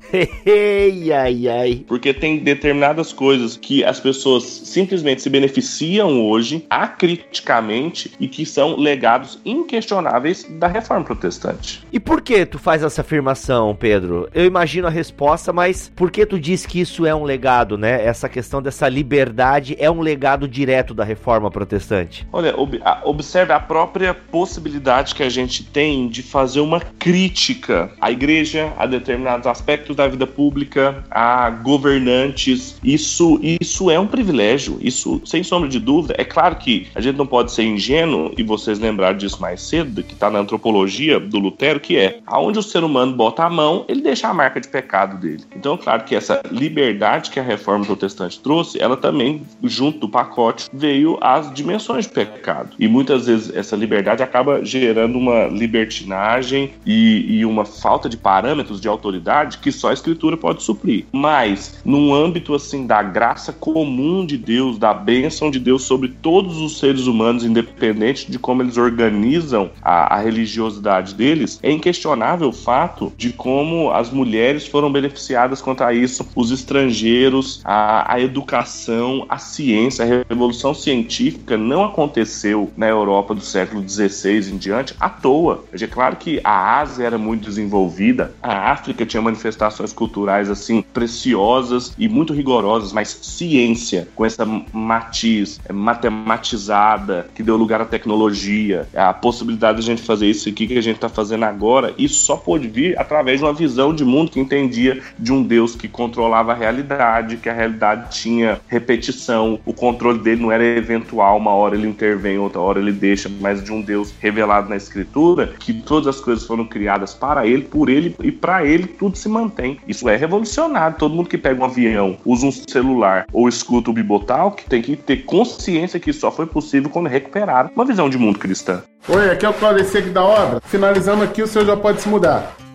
Ai, ai, ai. Porque tem determinadas coisas que as pessoas simplesmente se beneficiam hoje, acriticamente, e que são legados inquestionáveis da reforma protestante. E por que tu faz essa afirmação, Pedro? Eu imagino a resposta, mas por que tu diz que isso é um legado, né? Essa questão dessa liberdade é um legado direto da reforma protestante? Olha, ob- observe a própria possibilidade que a gente tem de fazer uma crítica à igreja, a determinados aspectos da vida pública, a governantes. Isso, isso é um privilégio, isso sem sombra de dúvida. É claro que a gente não pode ser ingênuo, e vocês lembraram disso mais cedo, que está na antropologia do Lutero, que é, aonde o ser humano bota a mão, ele deixa a marca de pecado dele. Então, claro que essa liberdade que a reforma protestante trouxe, ela também, junto do pacote, veio às dimensões de pecado. E muitas vezes essa liberdade acaba gerando uma libertinagem e, e uma falta de parâmetros de autoridade que só a Escritura pode suprir. Mas, num âmbito assim da graça comum de Deus, da bênção de Deus sobre todos os seres humanos, independente de como eles organizam a, a religiosidade deles, é inquestionável o fato de como as mulheres foram beneficiadas quanto a isso, os estrangeiros, a, a educação, a ciência, a revolução científica não aconteceu na Europa do século dezesseis em diante à toa. É claro que a Ásia era muito desenvolvida, a África tinha manifestações culturais assim preciosas e muito rigorosas, mas ciência, com essa matiz matematizada que deu lugar à tecnologia, a possibilidade de a gente fazer isso aqui que a gente está fazendo agora, isso só pôde vir através de uma visão de mundo que entendia de um Deus que controlava a realidade, que a realidade tinha repetição, o controle dele não era eventual, uma hora ele intervém, outra hora ele deixa, mas de um Deus revelado na Escritura, que todas as coisas foram criadas para ele, por ele e para ele tudo se mantém. Isso é revolucionário. Todo mundo que pega um avião, usa um celular ou escuta o Bibotalk tem que ter consciência que isso só foi possível quando recuperaram uma visão de mundo cristã. Oi, aqui é o Claudio Seco da obra. Finalizando aqui, o senhor já pode se mudar.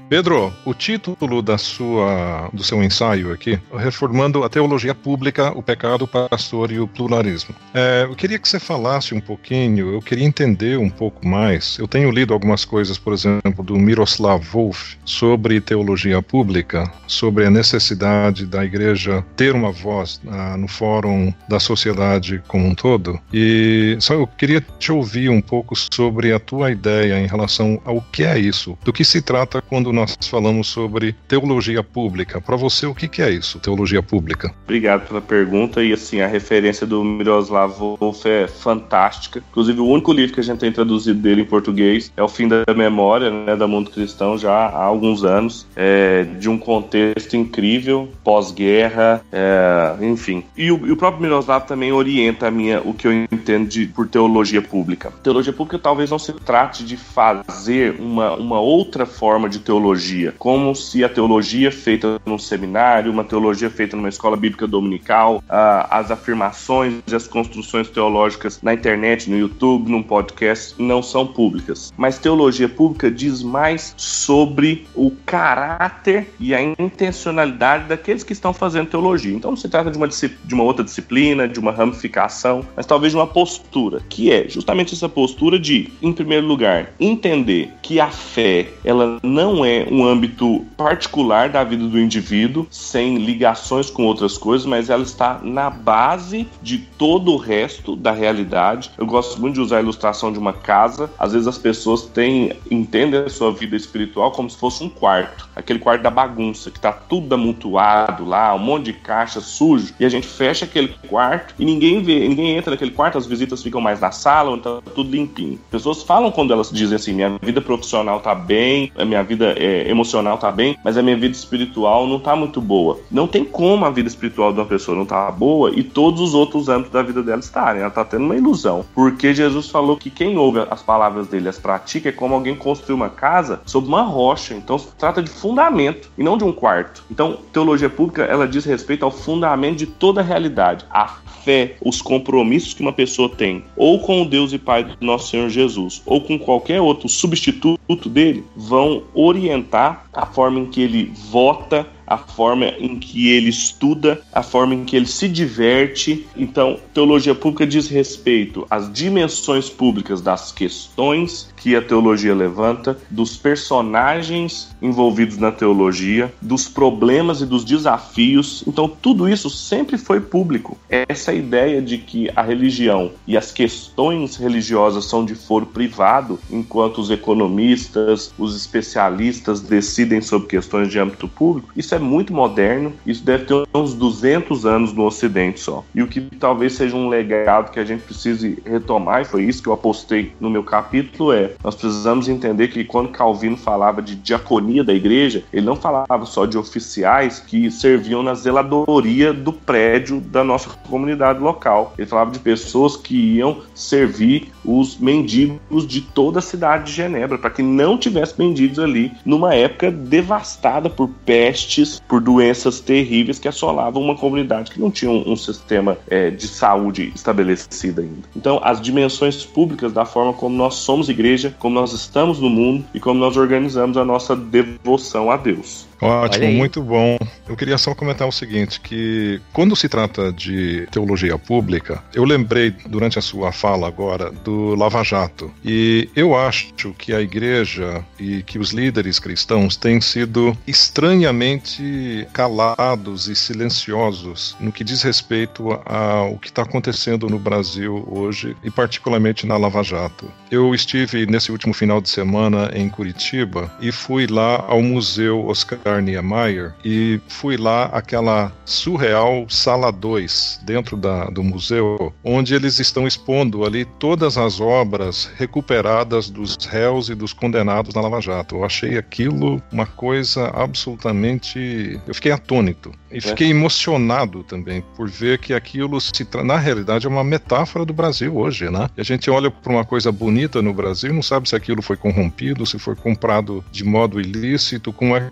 Pedro, o título da sua, do seu ensaio aqui, Reformando a Teologia Pública, o Pecado, o Pastor e o Pluralismo. É, eu queria que você falasse um pouquinho, eu queria entender um pouco mais. Eu tenho lido algumas coisas, por exemplo, do Miroslav Volf, sobre teologia pública, sobre a necessidade da igreja ter uma voz ah, no fórum da sociedade como um todo. E só eu queria te ouvir um pouco sobre a tua ideia em relação ao que é isso, do que se trata quando nós nós falamos sobre teologia pública. Para você, o que, que é isso, teologia pública? Obrigado pela pergunta. E assim, a referência do Miroslav Volf é fantástica. Inclusive, o único livro que a gente tem traduzido dele em português é O Fim da Memória, né, da Mundo Cristão, já há alguns anos, é, de um contexto incrível, pós-guerra, é, enfim. E o, e o próprio Miroslav também orienta a minha, o que eu entendo de, por teologia pública. Teologia pública talvez não se trate de fazer uma, uma outra forma de teologia, como se a teologia feita num seminário, uma teologia feita numa escola bíblica dominical, ah, as afirmações e as construções teológicas na internet, no YouTube, num podcast, não são públicas. Mas teologia pública diz mais sobre o caráter e a intencionalidade daqueles que estão fazendo teologia. Então não se trata de uma, de uma outra disciplina, de uma ramificação, mas talvez de uma postura, que é justamente essa postura de, em primeiro lugar, entender que a fé, ela não é um âmbito particular da vida do indivíduo, sem ligações com outras coisas, mas ela está na base de todo o resto da realidade. Eu gosto muito de usar a ilustração de uma casa. Às vezes as pessoas têm, entendem a sua vida espiritual como se fosse um quarto, aquele quarto da bagunça, que está tudo amontoado lá, um monte de caixa sujo, e a gente fecha aquele quarto e ninguém vê, ninguém entra naquele quarto, as visitas ficam mais na sala, então tá tudo limpinho. As pessoas falam quando elas dizem assim, minha vida profissional tá bem, a minha vida é, emocional tá bem, mas a minha vida espiritual não tá muito boa. Não tem como a vida espiritual de uma pessoa não tá boa e todos os outros âmbitos da vida dela estarem. Ela tá tendo uma ilusão. Porque Jesus falou que quem ouve as palavras dele e as pratica é como alguém construir uma casa sobre uma rocha. Então se trata de fundamento e não de um quarto. Então, teologia pública, ela diz respeito ao fundamento de toda a realidade. A fé, os compromissos que uma pessoa tem, ou com o Deus e Pai do nosso Senhor Jesus, ou com qualquer outro substituto dele, vão orientar a forma em que ele vota, a forma em que ele estuda, a forma em que ele se diverte. Então, teologia pública diz respeito às dimensões públicas das questões que a teologia levanta, dos personagens envolvidos na teologia, dos problemas e dos desafios. Então, tudo isso sempre foi público. Essa ideia de que a religião e as questões religiosas são de foro privado, enquanto os economistas, os especialistas decidem sobre questões de âmbito público, isso é muito moderno, isso deve ter uns duzentos anos no Ocidente só. E o que talvez seja um legado que a gente precise retomar, e foi isso que eu apostei no meu capítulo, é nós precisamos entender que quando Calvino falava de diaconia da igreja, ele não falava só de oficiais que serviam na zeladoria do prédio da nossa comunidade local. Ele falava de pessoas que iam servir os mendigos de toda a cidade de Genebra, para que não tivesse mendigos ali numa época devastada por pestes, por doenças terríveis que assolavam uma comunidade que não tinha um, um sistema é, de saúde estabelecido ainda. Então, as dimensões públicas da forma como nós somos igreja, como nós estamos no mundo e como nós organizamos a nossa devoção a Deus. Ótimo, muito bom. Eu queria só comentar o seguinte, que quando se trata de teologia pública, eu lembrei durante a sua fala agora do Lava Jato. E eu acho que a igreja e que os líderes cristãos têm sido estranhamente calados e silenciosos no que diz respeito ao que está acontecendo no Brasil hoje e particularmente na Lava Jato. Eu estive nesse último final de semana em Curitiba e fui lá ao Museu Oscar Niemeyer e fui lá àquela surreal Sala dois dentro da, do museu, onde eles estão expondo ali todas as obras recuperadas dos réus e dos condenados na Lava Jato. Eu achei aquilo uma coisa absolutamente... Eu fiquei atônito e fiquei emocionado também por ver que aquilo, se tra... na realidade, é uma metáfora do Brasil hoje, né? E a gente olha para uma coisa bonita no Brasil e não sabe se aquilo foi corrompido, se foi comprado de modo ilícito, como é que aquilo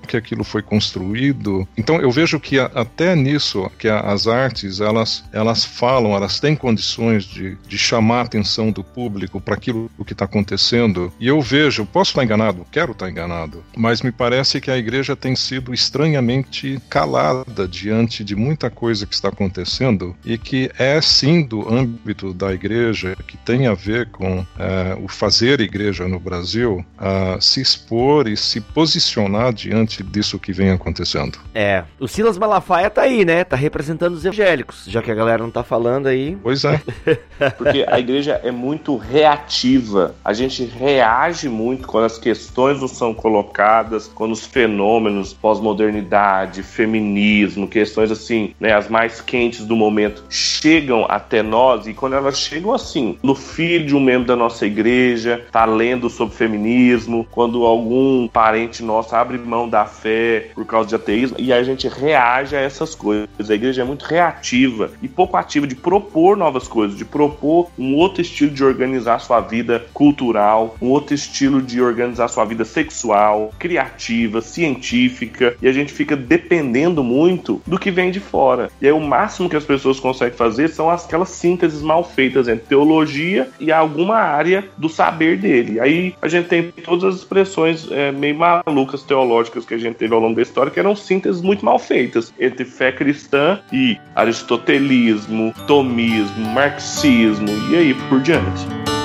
foi construído. Então eu vejo que a, até nisso, que a, as artes, elas, elas falam, elas têm condições de, de chamar a atenção do público para aquilo que está acontecendo. E eu vejo, posso estar enganado, quero estar enganado, mas me parece que a igreja tem sido estranhamente calada diante de muita coisa que está acontecendo e que é sim do âmbito da igreja, que tem a ver com é, o fazer igreja no Brasil, uh, se expor e se posicionar diante disso que vem acontecendo. É, o Silas Malafaia tá aí, né? Tá representando os evangélicos, já que a galera não tá falando aí. Pois é. Porque a igreja é muito reativa. A gente reage muito quando as questões não são colocadas, quando os fenômenos, pós-modernidade, feminismo, questões assim, né, as mais quentes do momento, chegam até nós, e quando elas chegam assim, no filho de um membro da nossa igreja tá lendo sobre feminismo, quando algum parente nosso abre mão da fé por causa de ateísmo, e a gente reage a essas coisas. A igreja é muito reativa e pouco ativa de propor novas coisas, de propor um outro estilo de organizar sua vida cultural, um outro estilo de organizar sua vida sexual, criativa, científica, e a gente fica dependendo muito do que vem de fora. E aí o máximo que as pessoas conseguem fazer são aquelas sínteses mal feitas entre teologia e alguma área do saber dele. Aí a gente tem todas as expressões é, meio malucas teológicas que a gente teve ao longo da história, que eram sínteses muito mal feitas entre fé cristã e aristotelismo, tomismo, marxismo e aí por diante.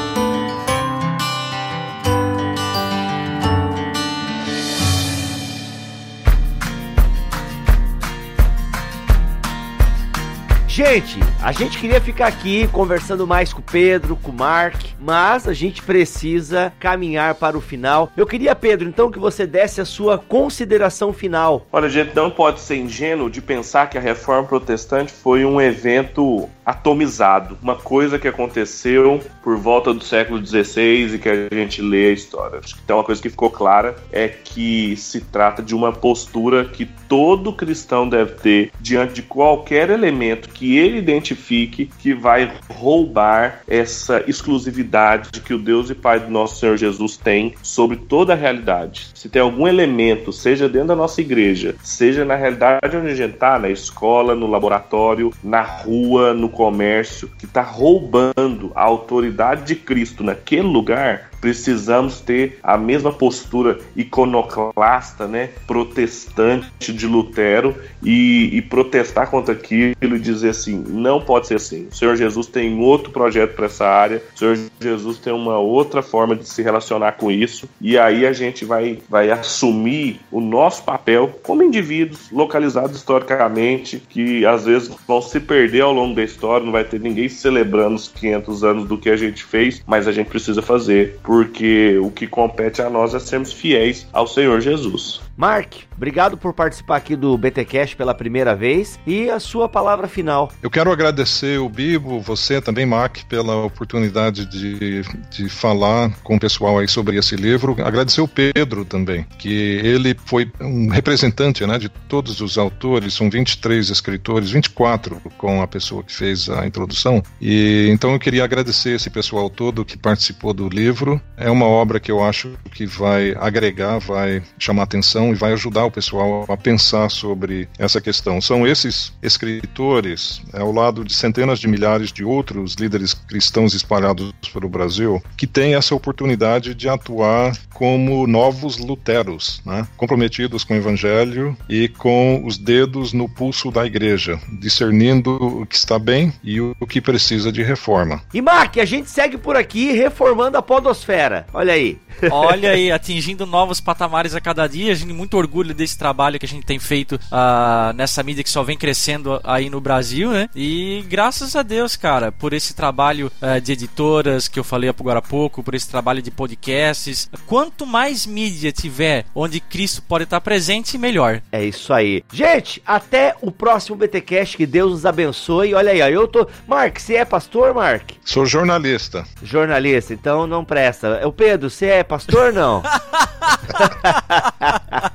Gente, a gente queria ficar aqui conversando mais com o Pedro, com o Mark, mas a gente precisa caminhar para o final. Eu queria, Pedro, então que você desse a sua consideração final. Olha, a gente não pode ser ingênuo de pensar que a Reforma Protestante foi um evento atomizado, uma coisa que aconteceu por volta do século dezesseis e que a gente lê a história. Acho que então uma coisa que ficou clara é que se trata de uma postura que todo cristão deve ter diante de qualquer elemento que ele identifique que vai roubar essa exclusividade que o Deus e Pai do nosso Senhor Jesus tem sobre toda a realidade. Se tem algum elemento, seja dentro da nossa igreja, seja na realidade onde a gente está, na escola, no laboratório, na rua, no comércio, que está roubando a autoridade de Cristo naquele lugar, precisamos ter a mesma postura iconoclasta, né, protestante de Lutero e, e protestar contra aquilo e dizer assim, não pode ser assim. O Senhor Jesus tem um outro projeto para essa área, o Senhor Jesus tem uma outra forma de se relacionar com isso, e aí a gente vai, vai assumir o nosso papel como indivíduos localizados historicamente, que às vezes vão se perder ao longo da história, não vai ter ninguém celebrando os quinhentos anos do que a gente fez, mas a gente precisa fazer, porque o que compete a nós é sermos fiéis ao Senhor Jesus. Mark, obrigado por participar aqui do B T Cast pela primeira vez e a sua palavra final. Eu quero agradecer o Bibo, você também, Mark, pela oportunidade de, de falar com o pessoal aí sobre esse livro. Agradecer o Pedro também, que ele foi um representante, né, de todos os autores, são vinte e três escritores, vinte e quatro com a pessoa que fez a introdução, e então eu queria agradecer esse pessoal todo que participou do livro. É uma obra que eu acho que vai agregar, vai chamar atenção e vai ajudar o pessoal a pensar sobre essa questão. São esses escritores, ao lado de centenas de milhares de outros líderes cristãos espalhados pelo Brasil, que têm essa oportunidade de atuar como novos luteros, né? Comprometidos com o evangelho e com os dedos no pulso da igreja, discernindo o que está bem e o que precisa de reforma. E Mark, a gente segue por aqui reformando a podosfera. Olha aí. Olha aí, atingindo novos patamares a cada dia. A gente tem muito orgulho desse trabalho que a gente tem feito uh, nessa mídia que só vem crescendo aí no Brasil, né? E graças a Deus, cara, por esse trabalho uh, de editoras que eu falei agora há pouco, por esse trabalho de podcasts. Quanto mais mídia tiver onde Cristo pode estar presente, melhor. É isso aí. Gente, até o próximo B T Cast, que Deus nos abençoe. Olha aí, ó, eu tô... Mark, você é pastor, Mark? Sou jornalista. Jornalista, então não presta. O Pedro, você é pastor, não?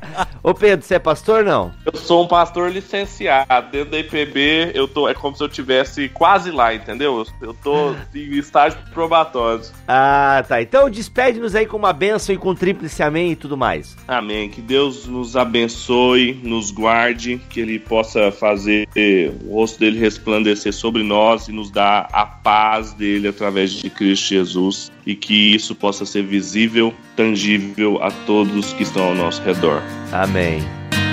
Ô Pedro, você é pastor não? Eu sou um pastor licenciado. Dentro da I P B, eu tô, é como se eu tivesse quase lá, entendeu? Eu, eu tô em estágio probatório. Ah, tá. Então despede-nos aí com uma bênção e com tríplice amém e tudo mais. Amém. Que Deus nos abençoe, nos guarde, que Ele possa fazer o rosto dele resplandecer sobre nós e nos dar a paz dele através de Cristo Jesus, e que isso possa ser visível, tangível a todos que estão ao nosso redor. Amém.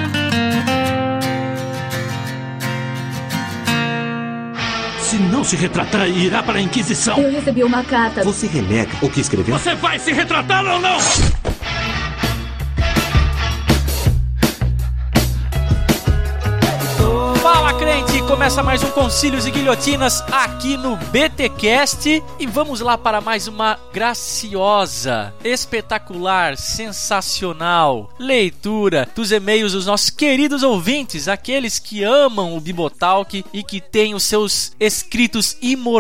Se não se retratar, irá para a Inquisição. Eu recebi uma carta. Você renega o que escreveu? Você vai se retratar ou não? Fala, crente! Começa mais um Concílios e Guilhotinas aqui no BTcast e vamos lá para mais uma graciosa, espetacular, sensacional leitura dos e-mails dos nossos queridos ouvintes, aqueles que amam o Bibotalk e que têm os seus escritos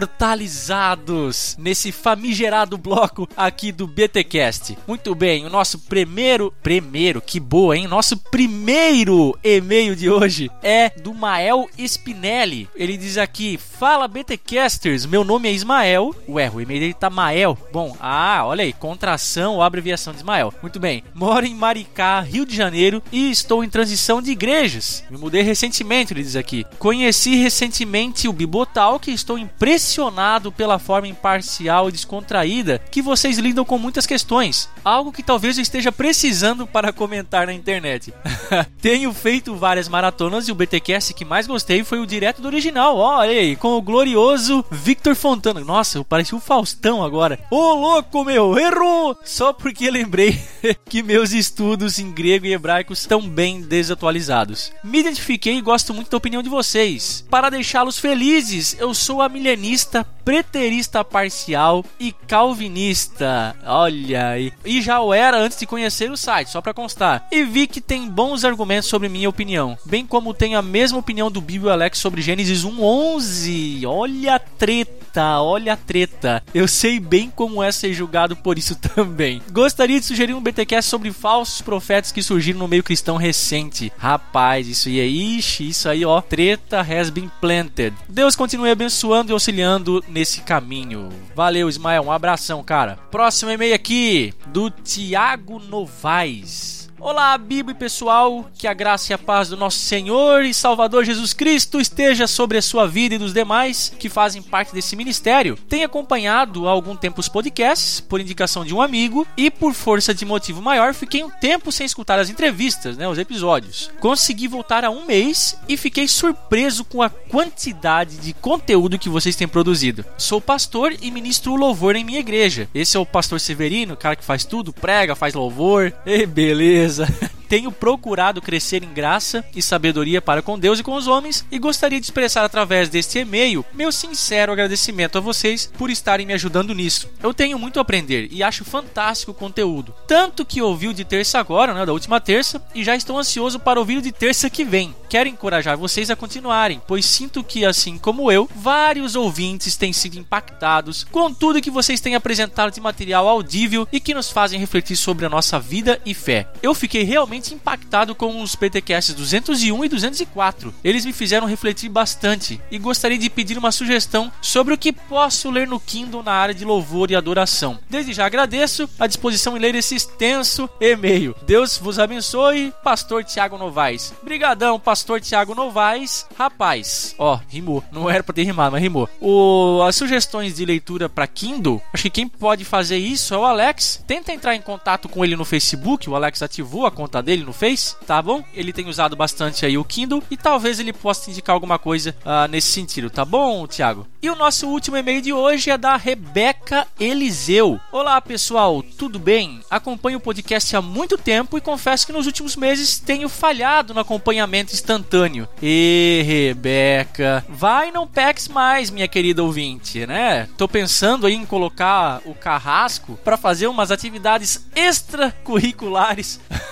imortalizados nesse famigerado bloco aqui do BTcast. Muito bem, o nosso primeiro, primeiro, que boa, hein? Nosso primeiro e-mail de hoje é do Mael Spinelli. Ele diz aqui: fala BTcasters, meu nome é Ismael. Ué, o e-mail dele tá Mael. Bom, ah, olha aí, contração ou abreviação de Ismael. Muito bem, moro em Maricá, Rio de Janeiro e estou em transição de igrejas. Me mudei recentemente, ele diz aqui. Conheci recentemente o Bibotalk e estou impressionado pela forma imparcial e descontraída que vocês lidam com muitas questões. Algo que talvez eu esteja precisando para comentar na internet. Tenho feito várias maratonas e o BTcast que mais gostei foi o direto do original, ó, olha aí, com o glorioso Victor Fontana. Nossa, eu pareci o Faustão agora. Ô louco, meu, errou! Só porque lembrei que meus estudos em grego e hebraico estão bem desatualizados. Me identifiquei e gosto muito da opinião de vocês. Para deixá-los felizes, eu sou amilenista, preterista parcial e calvinista. Olha aí. E já o era antes de conhecer o site, só pra constar. E vi que tem bons argumentos sobre minha opinião, bem como tem a mesma opinião do Bíblia Alex sobre Gênesis um onze. Olha a treta, olha a treta. Eu sei bem como é ser julgado por isso também. Gostaria de sugerir um BTcast sobre falsos profetas que surgiram no meio cristão recente. Rapaz, isso aí é, ixi, isso aí ó, treta has been planted. Deus continue abençoando e auxiliando nesse caminho. Valeu, Ismael, um abração, cara. Próximo e-mail aqui, do Tiago Novaes. Olá, Bibo e pessoal, que a graça e a paz do nosso Senhor e Salvador Jesus Cristo esteja sobre a sua vida e dos demais que fazem parte desse ministério. Tenho acompanhado há algum tempo os podcasts, por indicação de um amigo, e por força de motivo maior, fiquei um tempo sem escutar as entrevistas, né, os episódios. Consegui voltar há um mês e fiquei surpreso com a quantidade de conteúdo que vocês têm produzido. Sou pastor e ministro o louvor em minha igreja. Esse é o pastor Severino, o cara que faz tudo, prega, faz louvor, e beleza. Tenho procurado crescer em graça e sabedoria para com Deus e com os homens e gostaria de expressar através deste e-mail meu sincero agradecimento a vocês por estarem me ajudando nisso. Eu tenho muito a aprender e acho fantástico o conteúdo. Tanto que ouvi o de terça agora, né, da última terça, e já estou ansioso para ouvir o de terça que vem. Quero encorajar vocês a continuarem, pois sinto que, assim como eu, vários ouvintes têm sido impactados com tudo que vocês têm apresentado de material audível e que nos fazem refletir sobre a nossa vida e fé. Eu fiquei realmente impactado com os PTcasts duzentos e um e duzentos e quatro. Eles me fizeram refletir bastante e gostaria de pedir uma sugestão sobre o que posso ler no Kindle na área de louvor e adoração. Desde já agradeço a disposição em ler esse extenso e-mail. Deus vos abençoe, Pastor Tiago Novaes. Brigadão, Pastor Tiago Novaes. Rapaz, ó, rimou. Não era pra ter rimado, mas rimou. O, as sugestões de leitura pra Kindle, acho que quem pode fazer isso é o Alex. Tenta entrar em contato com ele no Facebook. O Alex ativou a conta dele no Face, tá bom? Ele tem usado bastante aí o Kindle e talvez ele possa te indicar alguma coisa uh, nesse sentido, tá bom, Thiago? E o nosso último e-mail de hoje é da Rebeca Eliseu. Olá, pessoal, tudo bem? Acompanho o podcast há muito tempo e confesso que nos últimos meses tenho falhado no acompanhamento instantâneo. E Rebeca, vai não peques mais, minha querida ouvinte, né? Tô pensando aí em colocar o Carrasco para fazer umas atividades extracurriculares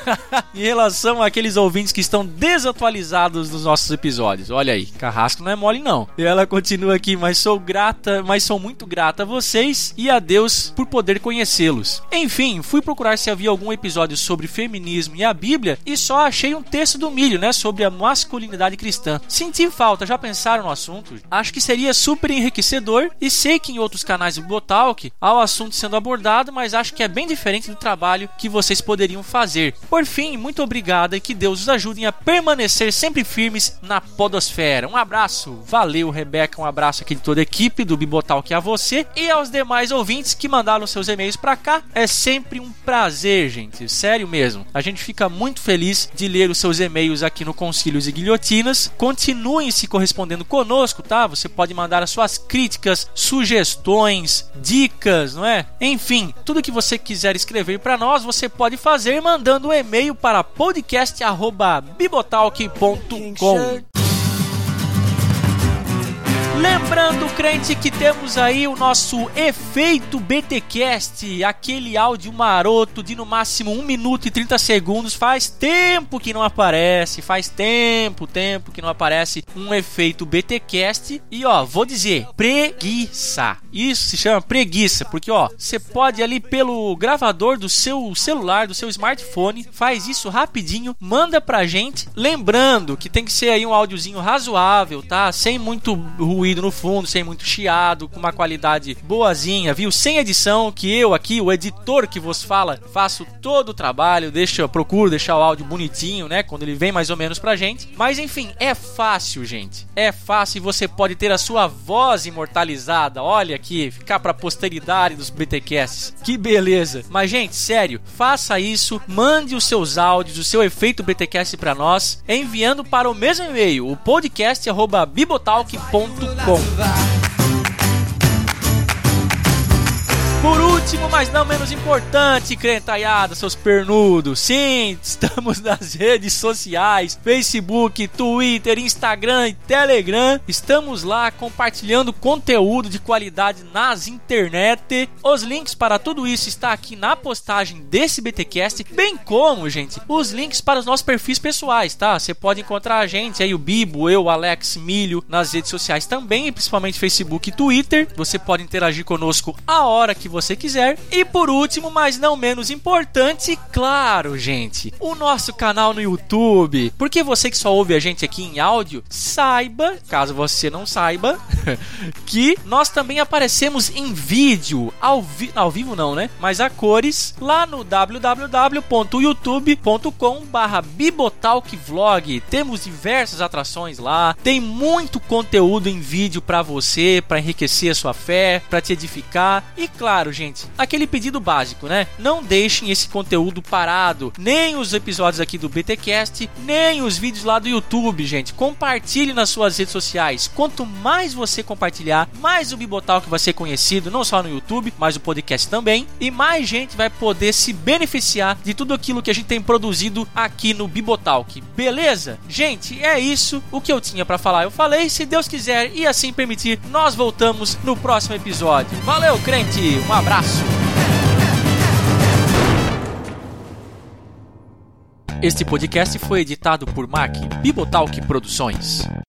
em relação àqueles ouvintes que estão desatualizados nos nossos episódios. Olha aí, carrasco não é mole não. E ela continua aqui, mas sou grata, mas sou muito grata a vocês e a Deus por poder conhecê-los. Enfim, fui procurar se havia algum episódio sobre feminismo e a Bíblia e só achei um texto do Milho, né, sobre a masculinidade cristã. Senti falta, já pensaram no assunto? Acho que seria super enriquecedor e sei que em outros canais do Bibotalk há o assunto sendo abordado, mas acho que é bem diferente do trabalho que vocês poderiam fazer. Por fim, muito obrigada e que Deus os ajude a permanecer sempre firmes na podosfera. Um abraço, valeu Rebeca, um abraço aqui de toda a equipe do Bibotalk a você e aos demais ouvintes que mandaram seus e-mails pra cá. É sempre um prazer, gente, sério mesmo. A gente fica muito feliz de ler os seus e-mails aqui no Concílios e Guilhotinas. Continuem se correspondendo conosco, tá? Você pode mandar as suas críticas, sugestões, dicas, não é? Enfim, tudo que você quiser escrever para nós, você pode fazer mandando um e-mail para podcast arroba bibotalk ponto com. Lembrando, crente, que temos aí o nosso efeito BTcast, aquele áudio maroto de no máximo um minuto e trinta segundos. Faz tempo que não aparece, faz tempo, tempo que não aparece um efeito BTcast. E ó, vou dizer, preguiça. Isso se chama preguiça, porque ó, você pode ali pelo gravador do seu celular, do seu smartphone, faz isso rapidinho, manda pra gente. Lembrando que tem que ser aí um áudiozinho razoável, tá? Sem muito ruído no fundo, sem muito chiado, com uma qualidade boazinha, viu? Sem edição, que eu aqui, o editor que vos fala, faço todo o trabalho, deixa, procuro deixar o áudio bonitinho, né? Quando ele vem mais ou menos pra gente. Mas enfim, é fácil, gente. É fácil e você pode ter a sua voz imortalizada. Olha aqui, ficar pra posteridade dos BTcasts. Que beleza. Mas gente, sério, faça isso, mande os seus áudios, o seu efeito BTcast pra nós, enviando para o mesmo e-mail, o podcast arroba bibotalk ponto com. Por último, mas não menos importante, crentaiada, seus pernudos, sim, estamos nas redes sociais, Facebook, Twitter, Instagram e Telegram. Estamos lá compartilhando conteúdo de qualidade nas internet. Os links para tudo isso está aqui na postagem desse BTcast, bem como, gente, os links para os nossos perfis pessoais, tá? Você pode encontrar a gente aí, o Bibo, eu, o Alex, Milho, nas redes sociais também, principalmente Facebook e Twitter. Você pode interagir conosco a hora que você quiser. E por último, mas não menos importante, claro, gente, o nosso canal no YouTube. Porque você que só ouve a gente aqui em áudio, saiba, caso você não saiba, que nós também aparecemos em vídeo, ao, vi- ao vivo não, né? Mas a cores, lá no w w w ponto youtube ponto com barra bibotalkvlog. Temos diversas atrações lá, tem muito conteúdo em vídeo pra você, pra enriquecer a sua fé, pra te edificar. E claro, gente, aquele pedido básico, né? Não deixem esse conteúdo parado, nem os episódios aqui do BTcast, nem os vídeos lá do YouTube, gente. Compartilhe nas suas redes sociais. Quanto mais você compartilhar, mais o Bibotalk vai ser conhecido, não só no YouTube, mas o podcast também, e mais gente vai poder se beneficiar de tudo aquilo que a gente tem produzido aqui no Bibotalk. Beleza? Gente, é isso. O que eu tinha pra falar eu falei. Se Deus quiser e assim permitir, nós voltamos no próximo episódio. Valeu, crente! Um abraço! Este podcast foi editado por Mac Bibotalk Produções.